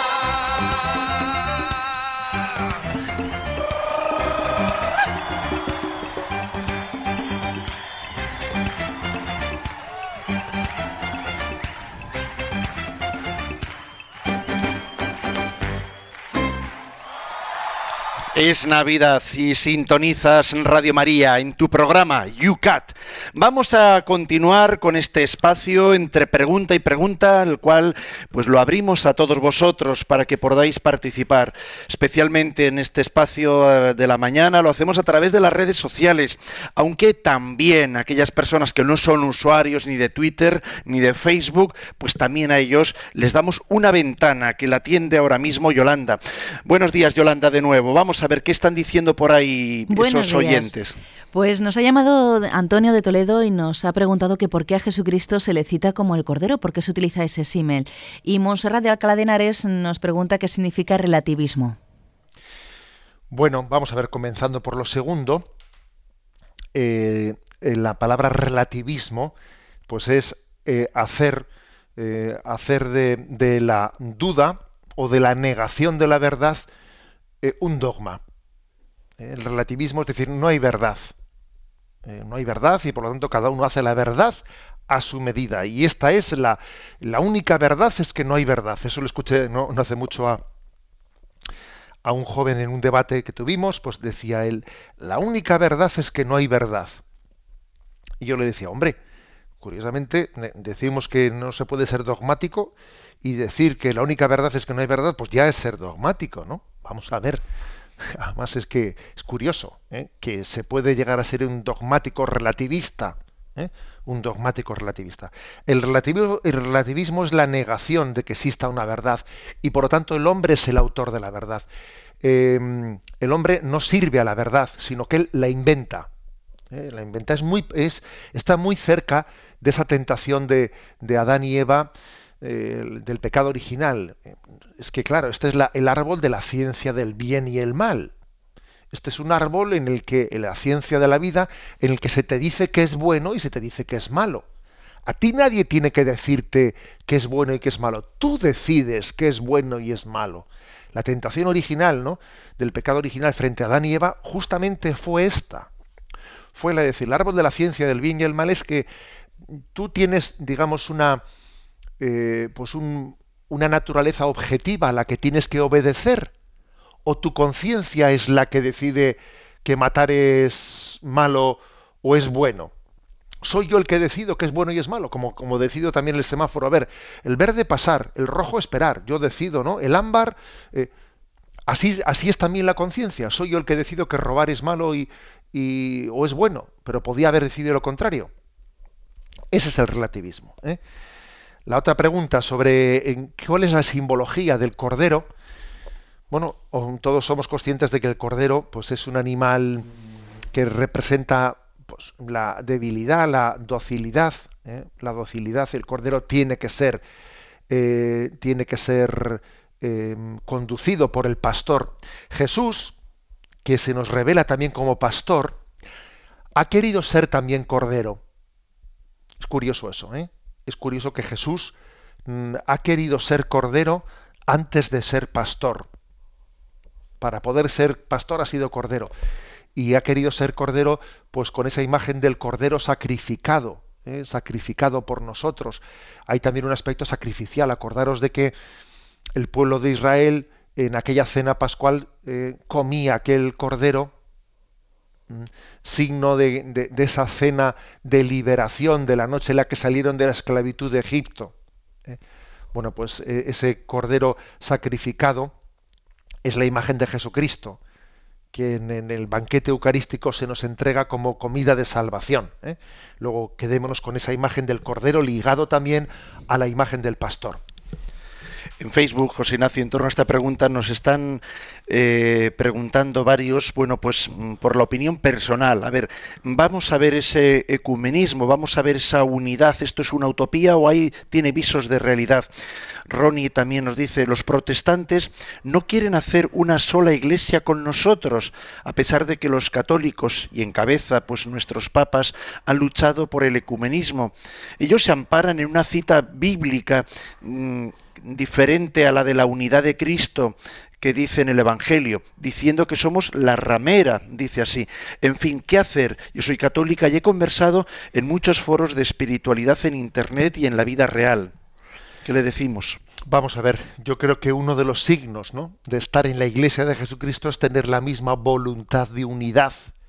Es Navidad y sintonizas Radio María en tu programa YouCat. Vamos a continuar con este espacio entre pregunta y pregunta, el cual pues lo abrimos a todos vosotros para que podáis participar. Especialmente en este espacio de la mañana lo hacemos a través de las redes sociales, aunque también aquellas personas que no son usuarios ni de Twitter ni de Facebook, pues también a ellos les damos una ventana que la atiende ahora mismo Yolanda. Buenos días, Yolanda, de nuevo. Vamos a ver qué están diciendo por ahí Buenos esos días. oyentes. Pues nos ha llamado Antonio de Toledo y nos ha preguntado que por qué a Jesucristo se le cita como el Cordero, por qué se utiliza ese símil. Y Montserrat de Alcalá de Henares nos pregunta qué significa relativismo. Bueno, vamos a ver, comenzando por lo segundo, eh, eh, la palabra relativismo, pues es eh, hacer, eh, hacer de, de la duda o de la negación de la verdad eh, un dogma. El relativismo es decir, no hay verdad. Eh, no hay verdad y por lo tanto cada uno hace la verdad a su medida. Y esta es la, la única verdad, es que no hay verdad. Eso lo escuché no, no hace mucho a, a un joven en un debate que tuvimos, pues decía él, la única verdad es que no hay verdad. Y yo le decía, hombre, curiosamente decimos que no se puede ser dogmático y decir que la única verdad es que no hay verdad, pues ya es ser dogmático, ¿no? Vamos a ver. Además es que es curioso, ¿eh? que se puede llegar a ser un dogmático relativista, ¿eh? un dogmático relativista. El relativismo, el relativismo es la negación de que exista una verdad y por lo tanto el hombre es el autor de la verdad. Eh, el hombre no sirve a la verdad, sino que él la inventa. ¿eh? La inventa es muy, es, está muy cerca de esa tentación de, de Adán y Eva eh, del pecado original. Es que, claro, este es la, el árbol de la ciencia del bien y el mal. Este es un árbol en el que, en la ciencia de la vida, en el que se te dice que es bueno y se te dice que es malo. A ti nadie tiene que decirte qué es bueno y qué es malo. Tú decides qué es bueno y es malo. La tentación original, ¿no?, del pecado original frente a Adán y Eva, justamente fue esta. Fue la de decir, el árbol de la ciencia del bien y el mal es que tú tienes, digamos, una, eh, pues un, una naturaleza objetiva a la que tienes que obedecer, o tu conciencia es la que decide que matar es malo o es bueno. Soy yo el que decido que es bueno y es malo, como, como decido también el semáforo. A ver, el verde pasar, el rojo esperar, yo decido, ¿no? El ámbar, eh, así, así es también la conciencia. Soy yo el que decido que robar es malo y, y, o es bueno, pero podía haber decidido lo contrario. Ese es el relativismo, ¿eh? La otra pregunta sobre en, cuál es la simbología del cordero. Bueno, todos somos conscientes de que el cordero, pues, es un animal que representa, pues, la debilidad, la docilidad, ¿eh? La docilidad. El cordero tiene que ser, eh, tiene que ser eh, conducido por el pastor. Jesús, que se nos revela también como pastor, ha querido ser también cordero. Es curioso eso, ¿eh? Es curioso que Jesús mm, ha querido ser cordero antes de ser pastor. Para poder ser pastor ha sido cordero. Y ha querido ser cordero, pues, con esa imagen del cordero sacrificado, ¿eh? sacrificado por nosotros. Hay también un aspecto sacrificial. Acordaros de que el pueblo de Israel en aquella cena pascual eh, comía aquel cordero, ¿m? signo de, de, de esa cena de liberación de la noche en la que salieron de la esclavitud de Egipto. ¿eh? Bueno, pues eh, ese cordero sacrificado es la imagen de Jesucristo, que en, en el banquete eucarístico se nos entrega como comida de salvación, ¿eh? Luego quedémonos con esa imagen del cordero ligado también a la imagen del pastor. En Facebook, José Ignacio, en torno a esta pregunta nos están eh, preguntando varios, bueno, pues por la opinión personal. A ver, vamos a ver ese ecumenismo, vamos a ver esa unidad. ¿Esto es una utopía o ahí tiene visos de realidad? Ronnie también nos dice, los protestantes no quieren hacer una sola iglesia con nosotros, a pesar de que los católicos, y en cabeza pues nuestros papas, han luchado por el ecumenismo. Ellos se amparan en una cita bíblica mmm, diferente a la de la unidad de Cristo que dice en el Evangelio, diciendo que somos la ramera, dice así. En fin, ¿qué hacer? Yo soy católica y he conversado en muchos foros de espiritualidad en Internet y en la vida real. ¿Qué le decimos? Vamos a ver, yo creo que uno de los signos, ¿no?, de estar en la Iglesia de Jesucristo es tener la misma voluntad de unidad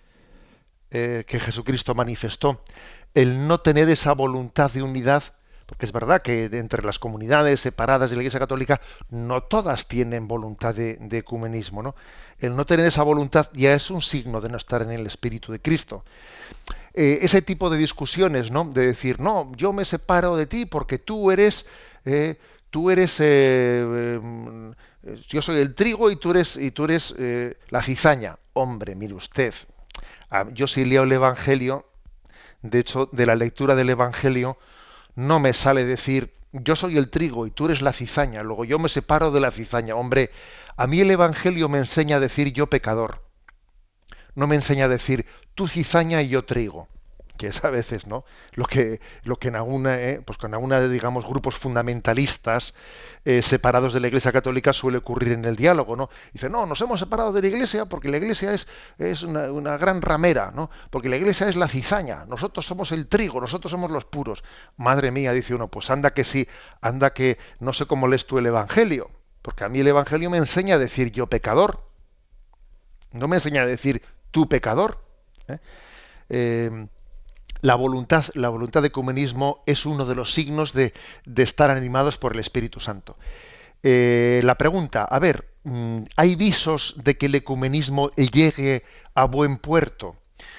eh, que Jesucristo manifestó. El no tener esa voluntad de unidad, porque es verdad que entre las comunidades separadas de la Iglesia Católica no todas tienen voluntad de, de ecumenismo, ¿no? El no tener esa voluntad ya es un signo de no estar en el Espíritu de Cristo. Eh, ese tipo de discusiones, ¿no?, de decir, no, yo me separo de ti porque tú eres... Eh, tú eres, eh, eh, yo soy el trigo y tú eres, y tú eres eh, la cizaña. Hombre, mire usted, yo si leo el Evangelio, de hecho, de la lectura del Evangelio, no me sale decir, yo soy el trigo y tú eres la cizaña, luego yo me separo de la cizaña. Hombre, a mí el Evangelio me enseña a decir yo pecador. No me enseña a decir tú cizaña y yo trigo. Que es a veces, ¿no?, lo que lo que en alguna eh, pues con alguna, digamos, grupos fundamentalistas eh, separados de la Iglesia Católica suele ocurrir en el diálogo, ¿no? Dice, no, nos hemos separado de la Iglesia porque la Iglesia es es una, una gran ramera, ¿no? Porque la Iglesia es la cizaña, nosotros somos el trigo, nosotros somos los puros. Madre mía, dice uno, pues anda que sí, anda que no sé cómo lees tú el Evangelio, porque a mí el Evangelio me enseña a decir yo pecador, no me enseña a decir tú pecador, ¿eh? Eh, La voluntad, la voluntad de ecumenismo es uno de los signos de, de estar animados por el Espíritu Santo. Eh, la pregunta, a ver, ¿hay visos de que el ecumenismo llegue a buen puerto?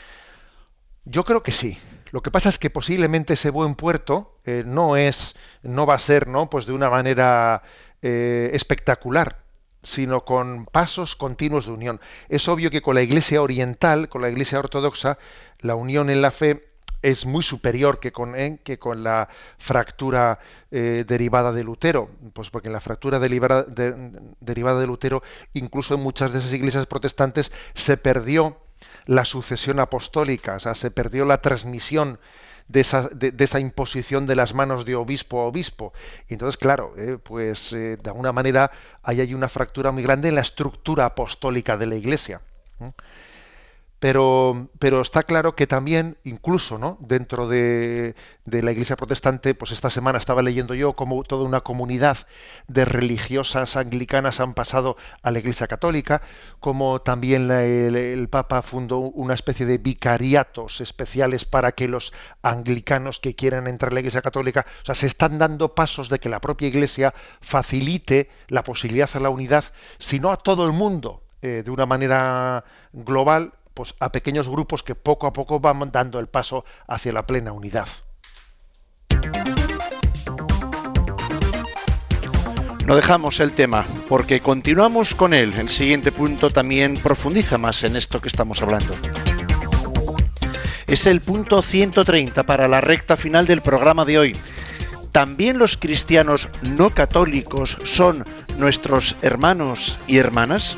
Yo creo que sí. Lo que pasa es que posiblemente ese buen puerto eh, no es, no va a ser, ¿no?, pues de una manera eh, espectacular, sino con pasos continuos de unión. Es obvio que con la Iglesia oriental, con la Iglesia ortodoxa, la unión en la fe es muy superior que con, eh, que con la fractura eh, derivada de Lutero, pues porque en la fractura derivada de, derivada de Lutero, incluso en muchas de esas iglesias protestantes se perdió la sucesión apostólica, o sea, se perdió la transmisión de esa, de, de esa imposición de las manos de obispo a obispo. Y entonces, claro, eh, pues eh, de alguna manera ahí hay una fractura muy grande en la estructura apostólica de la Iglesia. ¿eh? Pero, pero está claro que también, incluso, ¿no?, dentro de, de la Iglesia protestante, pues esta semana estaba leyendo yo cómo toda una comunidad de religiosas anglicanas han pasado a la Iglesia católica, como también la, el, el Papa fundó una especie de vicariatos especiales para que los anglicanos que quieran entrar a la Iglesia católica, o sea, se están dando pasos de que la propia Iglesia facilite la posibilidad a la unidad, si no a todo el mundo, eh, de una manera global, pues a pequeños grupos que poco a poco van dando el paso hacia la plena unidad. No dejamos el tema, porque continuamos con él. El siguiente punto también profundiza más en esto que estamos hablando. Es el punto ciento treinta para la recta final del programa de hoy. ¿También los cristianos no católicos son nuestros hermanos y hermanas?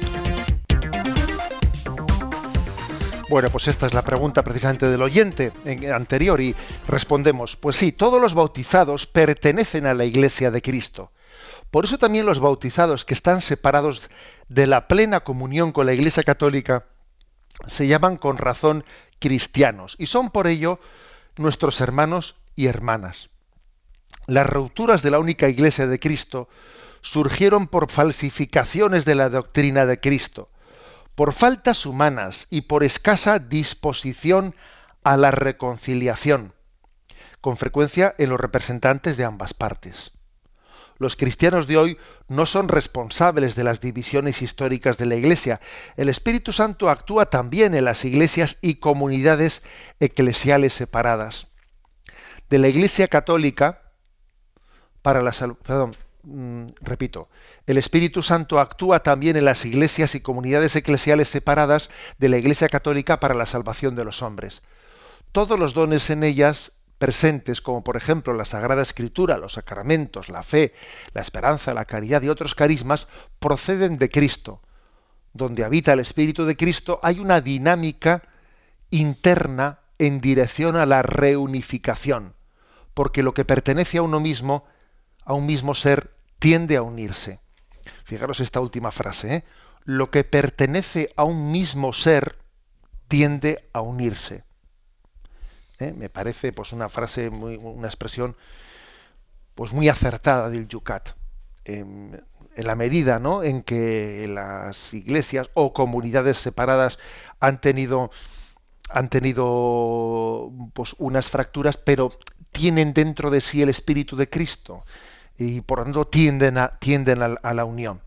Bueno, pues esta es la pregunta precisamente del oyente anterior y respondemos, pues sí, todos los bautizados pertenecen a la Iglesia de Cristo. Por eso también los bautizados que están separados de la plena comunión con la Iglesia católica se llaman con razón cristianos y son por ello nuestros hermanos y hermanas. Las rupturas de la única Iglesia de Cristo surgieron por falsificaciones de la doctrina de Cristo, por faltas humanas y por escasa disposición a la reconciliación, con frecuencia en los representantes de ambas partes. Los cristianos de hoy no son responsables de las divisiones históricas de la Iglesia. El Espíritu Santo actúa también en las iglesias y comunidades eclesiales separadas. De la Iglesia católica, para la salud, perdón, mm, repito, el Espíritu Santo actúa también en las iglesias y comunidades eclesiales separadas de la Iglesia católica para la salvación de los hombres. Todos los dones en ellas presentes, como por ejemplo la Sagrada Escritura, los sacramentos, la fe, la esperanza, la caridad y otros carismas, proceden de Cristo. Donde habita el Espíritu de Cristo hay una dinámica interna en dirección a la reunificación, porque lo que pertenece a uno mismo, a un mismo ser, tiende a unirse. Fijaros esta última frase, ¿eh? Lo que pertenece a un mismo ser tiende a unirse. ¿Eh? Me parece pues una frase, muy, una expresión pues muy acertada del Yucat. Eh, en la medida, ¿no?, en que las iglesias o comunidades separadas han tenido, han tenido pues unas fracturas, pero tienen dentro de sí el Espíritu de Cristo y por lo tanto tienden a, tienden a, a la unión.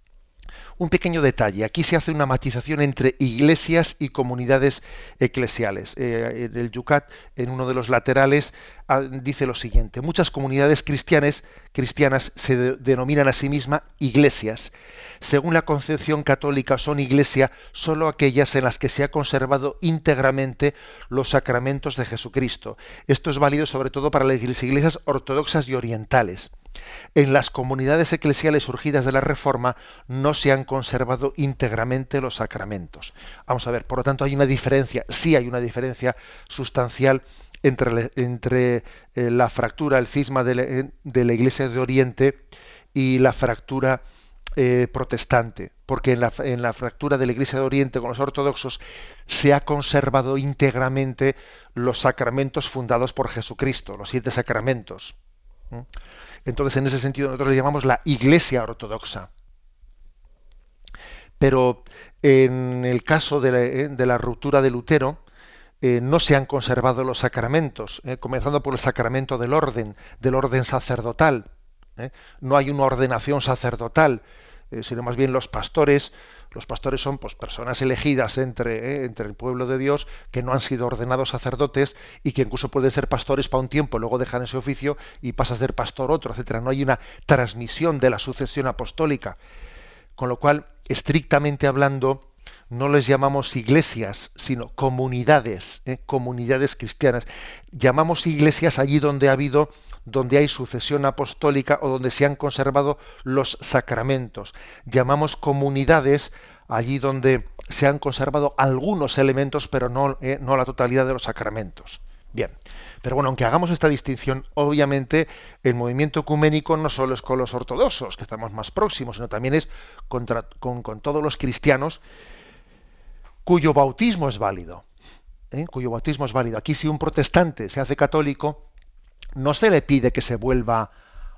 Un pequeño detalle, aquí se hace una matización entre iglesias y comunidades eclesiales. Eh, en el Yucat, en uno de los laterales, ah, dice lo siguiente: muchas comunidades cristianas, cristianas se de, denominan a sí mismas iglesias. Según la concepción católica, son iglesia solo aquellas en las que se ha conservado íntegramente los sacramentos de Jesucristo. Esto es válido sobre todo para las iglesias ortodoxas y orientales. En las comunidades eclesiales surgidas de la Reforma no se han conservado íntegramente los sacramentos. Vamos a ver, por lo tanto hay una diferencia, sí hay una diferencia sustancial entre, entre eh, la fractura, el cisma de la, de la Iglesia de Oriente y la fractura eh, protestante, porque en la, en la fractura de la Iglesia de Oriente con los ortodoxos se ha conservado íntegramente los sacramentos fundados por Jesucristo, los siete sacramentos. ¿Mm? Entonces, en ese sentido, nosotros le llamamos la Iglesia ortodoxa. Pero en el caso de la, eh, de la ruptura de Lutero, eh, no se han conservado los sacramentos, eh, comenzando por el sacramento del orden, del orden sacerdotal. Eh. No hay una ordenación sacerdotal, eh, sino más bien los pastores. Los pastores son pues, personas elegidas entre, eh, entre el pueblo de Dios que no han sido ordenados sacerdotes y que incluso pueden ser pastores para un tiempo, luego dejan ese oficio y pasa a ser pastor otro, etcétera. No hay una transmisión de la sucesión apostólica. Con lo cual, estrictamente hablando, no les llamamos iglesias, sino comunidades, ¿eh? comunidades cristianas. Llamamos iglesias allí donde ha habido, donde hay sucesión apostólica o donde se han conservado los sacramentos. Llamamos comunidades allí donde se han conservado algunos elementos, pero no, eh, no la totalidad de los sacramentos. Bien, pero bueno, aunque hagamos esta distinción, obviamente el movimiento ecuménico no solo es con los ortodoxos, que estamos más próximos, sino también es contra, con, con todos los cristianos cuyo bautismo es válido. ¿eh? Cuyo bautismo es válido. Aquí, si un protestante se hace católico, no se le pide que se vuelva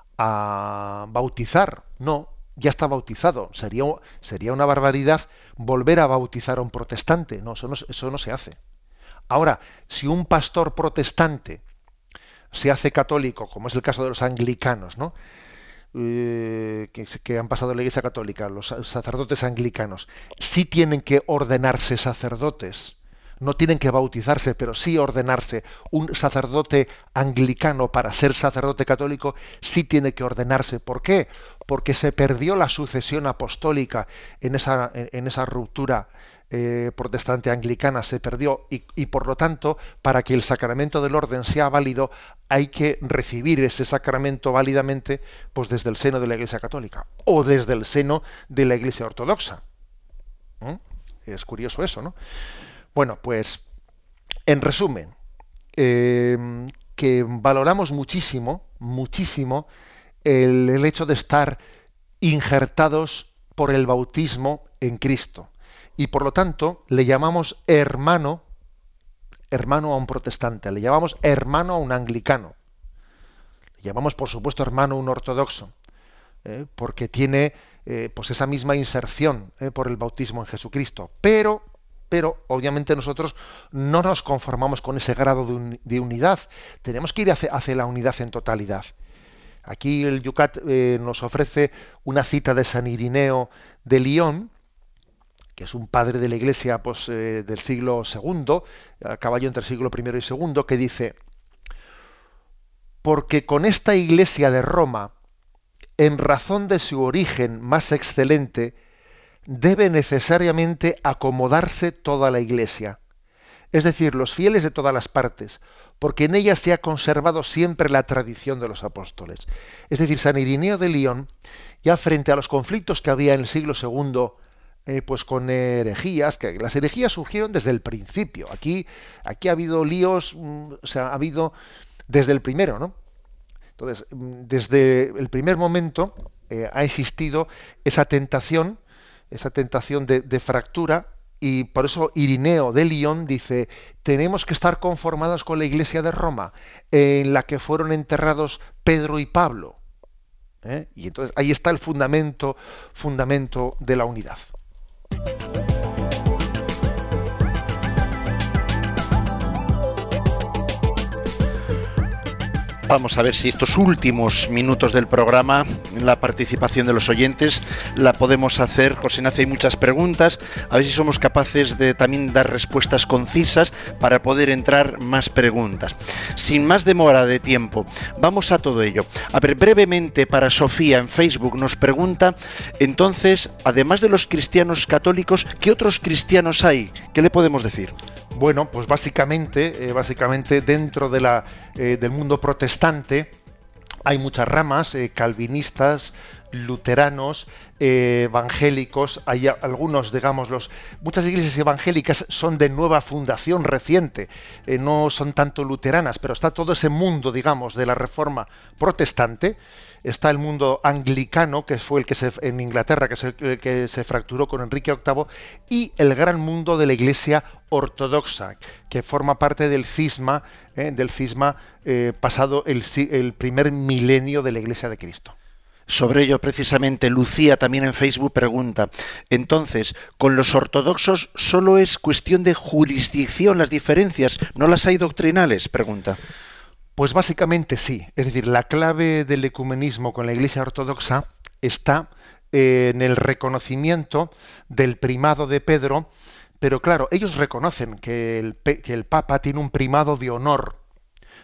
a bautizar, no, ya está bautizado. Sería, sería una barbaridad volver a bautizar a un protestante. No, eso no, eso no se hace. Ahora, si un pastor protestante se hace católico, como es el caso de los anglicanos, ¿no? Eh, que, que han pasado a la Iglesia Católica, los sacerdotes anglicanos, sí tienen que ordenarse sacerdotes, no tienen que bautizarse, pero sí ordenarse. Un sacerdote anglicano, para ser sacerdote católico, sí tiene que ordenarse. ¿Por qué? Porque se perdió la sucesión apostólica en esa, en, en esa ruptura Eh, protestante anglicana, se perdió, y, y por lo tanto, para que el sacramento del orden sea válido, hay que recibir ese sacramento válidamente pues desde el seno de la Iglesia Católica o desde el seno de la Iglesia Ortodoxa. ¿Mm? Es curioso eso, ¿no? Bueno, pues en resumen, eh, que valoramos muchísimo, muchísimo el, el hecho de estar injertados por el bautismo en Cristo. Y por lo tanto le llamamos hermano, hermano a un protestante, le llamamos hermano a un anglicano, le llamamos por supuesto hermano a un ortodoxo, ¿eh? porque tiene eh, pues esa misma inserción ¿eh? por el bautismo en Jesucristo. Pero, pero obviamente nosotros no nos conformamos con ese grado de, un, de unidad, tenemos que ir hacia, hacia la unidad en totalidad. Aquí el Yucat eh, nos ofrece una cita de San Irineo de Lyon, que es un padre de la Iglesia pues, eh, del siglo segundo, a caballo entre el siglo primero y segundo, que dice: porque con esta Iglesia de Roma, en razón de su origen más excelente, debe necesariamente acomodarse toda la Iglesia, es decir, los fieles de todas las partes, porque en ella se ha conservado siempre la tradición de los apóstoles. Es decir, San Irineo de Lyon, ya frente a los conflictos que había en el siglo segundo, Eh, pues con herejías, que las herejías surgieron desde el principio. Aquí, aquí ha habido líos, mm, o sea, ha habido desde el primero, ¿no? Entonces, mm, desde el primer momento eh, ha existido esa tentación, esa tentación de, de fractura, y por eso Irineo de Lyon dice: tenemos que estar conformados con la Iglesia de Roma, en la que fueron enterrados Pedro y Pablo. ¿eh? Y entonces ahí está el fundamento, fundamento de la unidad. Vamos a ver si estos últimos minutos del programa, la participación de los oyentes, la podemos hacer. José Ignacio, hay muchas preguntas, a ver si somos capaces de también dar respuestas concisas para poder entrar más preguntas. Sin más demora de tiempo, vamos a todo ello. A ver, brevemente, para Sofía en Facebook nos pregunta, entonces, además de los cristianos católicos, ¿qué otros cristianos hay? ¿Qué le podemos decir? Bueno, pues básicamente, eh, básicamente dentro de la, eh, del mundo protestante hay muchas ramas, eh, calvinistas, luteranos, eh, evangélicos. Hay algunos, digamos, los, muchas iglesias evangélicas son de nueva fundación reciente, eh, no son tanto luteranas, pero está todo ese mundo, digamos, de la reforma protestante. Está el mundo anglicano, que fue el que se, en Inglaterra, que se, el que se fracturó con Enrique octavo, y el gran mundo de la Iglesia ortodoxa, que forma parte del cisma, eh, del cisma eh, pasado el, el primer milenio de la Iglesia de Cristo. Sobre ello, precisamente, Lucía también en Facebook pregunta, entonces, ¿con los ortodoxos solo es cuestión de jurisdicción las diferencias, no las hay doctrinales? Pregunta. Pues básicamente sí, es decir, la clave del ecumenismo con la Iglesia ortodoxa está eh, en el reconocimiento del primado de Pedro, pero claro, ellos reconocen que el, que el Papa tiene un primado de honor,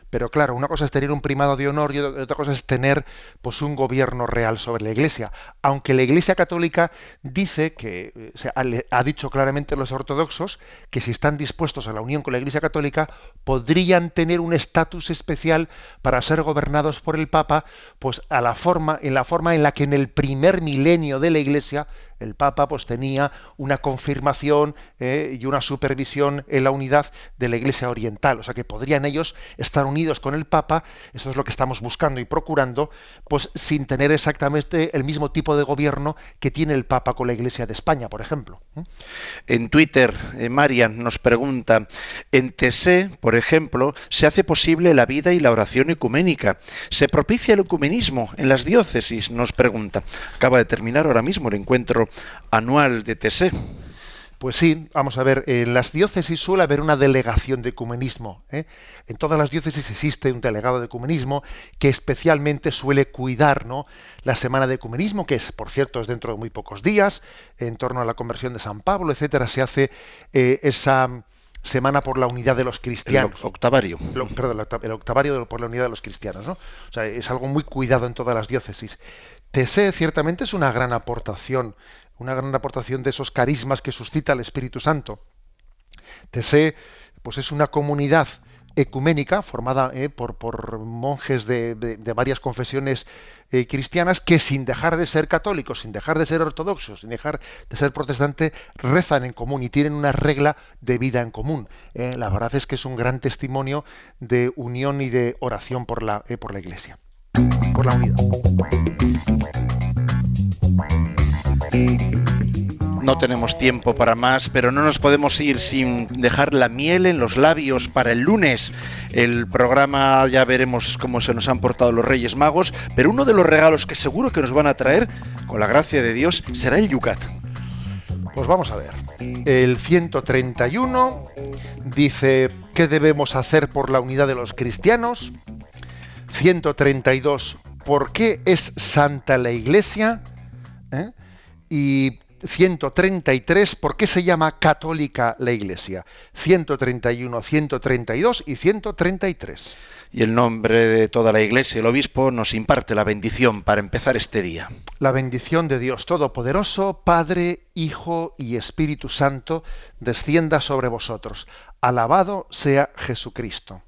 Pero claro, una cosa es tener un primado de honor y otra cosa es tener pues un gobierno real sobre la Iglesia. Aunque la Iglesia Católica dice que, o sea, ha dicho claramente los ortodoxos que si están dispuestos a la unión con la Iglesia Católica podrían tener un estatus especial para ser gobernados por el Papa, pues a la forma, en la forma en la que en el primer milenio de la Iglesia el Papa pues tenía una confirmación eh, y una supervisión en la unidad de la Iglesia Oriental. O sea que podrían ellos estar unidos con el Papa, eso es lo que estamos buscando y procurando, pues sin tener exactamente el mismo tipo de gobierno que tiene el Papa con la Iglesia de España, por ejemplo. En Twitter, eh, Marian nos pregunta, en T S E, por ejemplo, se hace posible la vida y la oración ecuménica. ¿Se propicia el ecumenismo en las diócesis? Nos pregunta. Acaba de terminar ahora mismo el encuentro anual de T S E. Pues sí, vamos a ver, en las diócesis suele haber una delegación de ecumenismo, ¿eh? En todas las diócesis existe un delegado de ecumenismo que especialmente suele cuidar, ¿no?, la semana de ecumenismo, que es, por cierto, es dentro de muy pocos días, en torno a la conversión de San Pablo, etcétera, se hace eh, esa semana por la unidad de los cristianos. El octavario. Lo, perdón, el octavario por la unidad de los cristianos, ¿no? O sea, es algo muy cuidado en todas las diócesis. T S E ciertamente es una gran aportación, una gran aportación de esos carismas que suscita el Espíritu Santo. T S E pues es una comunidad ecuménica formada eh, por, por monjes de, de, de varias confesiones eh, cristianas que, sin dejar de ser católicos, sin dejar de ser ortodoxos, sin dejar de ser protestantes, rezan en común y tienen una regla de vida en común. Eh, la verdad es que es un gran testimonio de unión y de oración por la, eh, por la Iglesia, por la unidad. No tenemos tiempo para más, pero no nos podemos ir sin dejar la miel en los labios para el lunes. El programa, ya veremos cómo se nos han portado los Reyes Magos, pero uno de los regalos que seguro que nos van a traer, con la gracia de Dios, será el Yucat. Pues vamos a ver. El ciento treinta y uno dice, ¿qué debemos hacer por la unidad de los cristianos? ciento treinta y dos, ¿por qué es santa la Iglesia? ¿Eh? Y ciento treinta y tres, ¿por qué se llama católica la Iglesia? ciento treinta y uno, ciento treinta y dos y ciento treinta y tres. Y el nombre de toda la Iglesia, el obispo, nos imparte la bendición para empezar este día. La bendición de Dios Todopoderoso, Padre, Hijo y Espíritu Santo, descienda sobre vosotros. Alabado sea Jesucristo.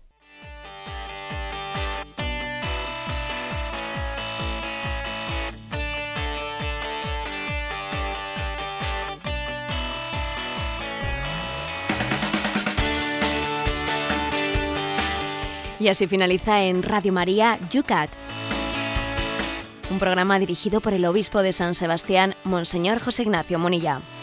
Y así finaliza en Radio María Yucat, un programa dirigido por el obispo de San Sebastián, Monseñor José Ignacio Munilla.